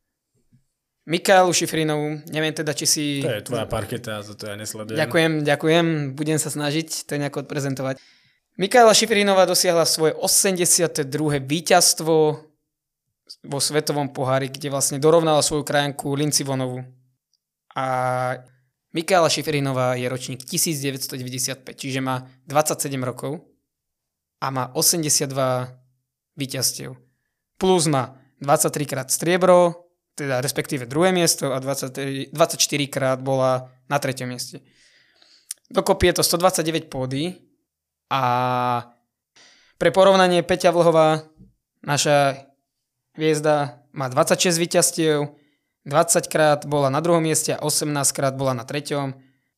Mikaelu Šifrinovu. Neviem teda, či si... To je tvoja parketa, to ja nesledujem. Ďakujem, ďakujem. Budem sa snažiť to nejako odprezentovať. Mikaela Šifrinová dosiahla svoje osemdesiate druhé víťazstvo vo svetovom pohári, kde vlastne dorovnala svoju krajanku Lindsey Vonnovu. A Mikaela Šifrinová je ročník devätnásťstodeväťdesiatpäť, čiže má dvadsaťsedem rokov a má osemdesiatdva víťazstiev. Plus má dvadsaťtri krát striebro, teda respektíve druhé miesto a dvadsaťtri, dvadsaťštyri krát bola na treťom mieste. Dokopy je to stodvadsaťdeväť pódií a pre porovnanie Peťa Vlhová, naša hviezda, má dvadsaťšesť víťazstiev, dvadsať krát bola na druhom mieste a osemnásť krát bola na treťom.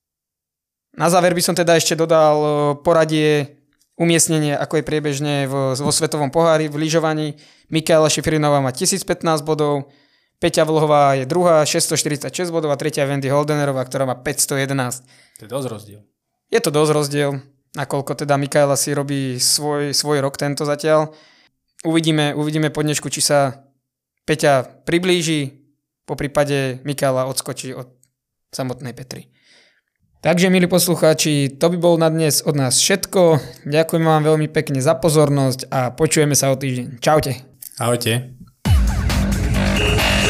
Na záver by som teda ešte dodal poradie, umiestnenie, ako je priebežne vo, vo svetovom pohári v lyžovaní. Mikaela Šifrinová má tisícpätnásť bodov, Peťa Vlhová je druhá, šesťstoštyridsaťšesť bodov a tretia Wendy Holdenerová, ktorá má päťstojedenásť. To je dosť rozdiel. Je to dosť rozdiel, nakoľko teda Mikaela si robí svoj, svoj rok tento zatiaľ. Uvidíme, uvidíme po dnešku, či sa Peťa priblíži, po prípade Mikaela odskočí od samotnej Petry. Takže, milí poslucháči, to by bolo na dnes od nás všetko. Ďakujem vám veľmi pekne za pozornosť a počujeme sa o týždeň. Čaute. Ahojte.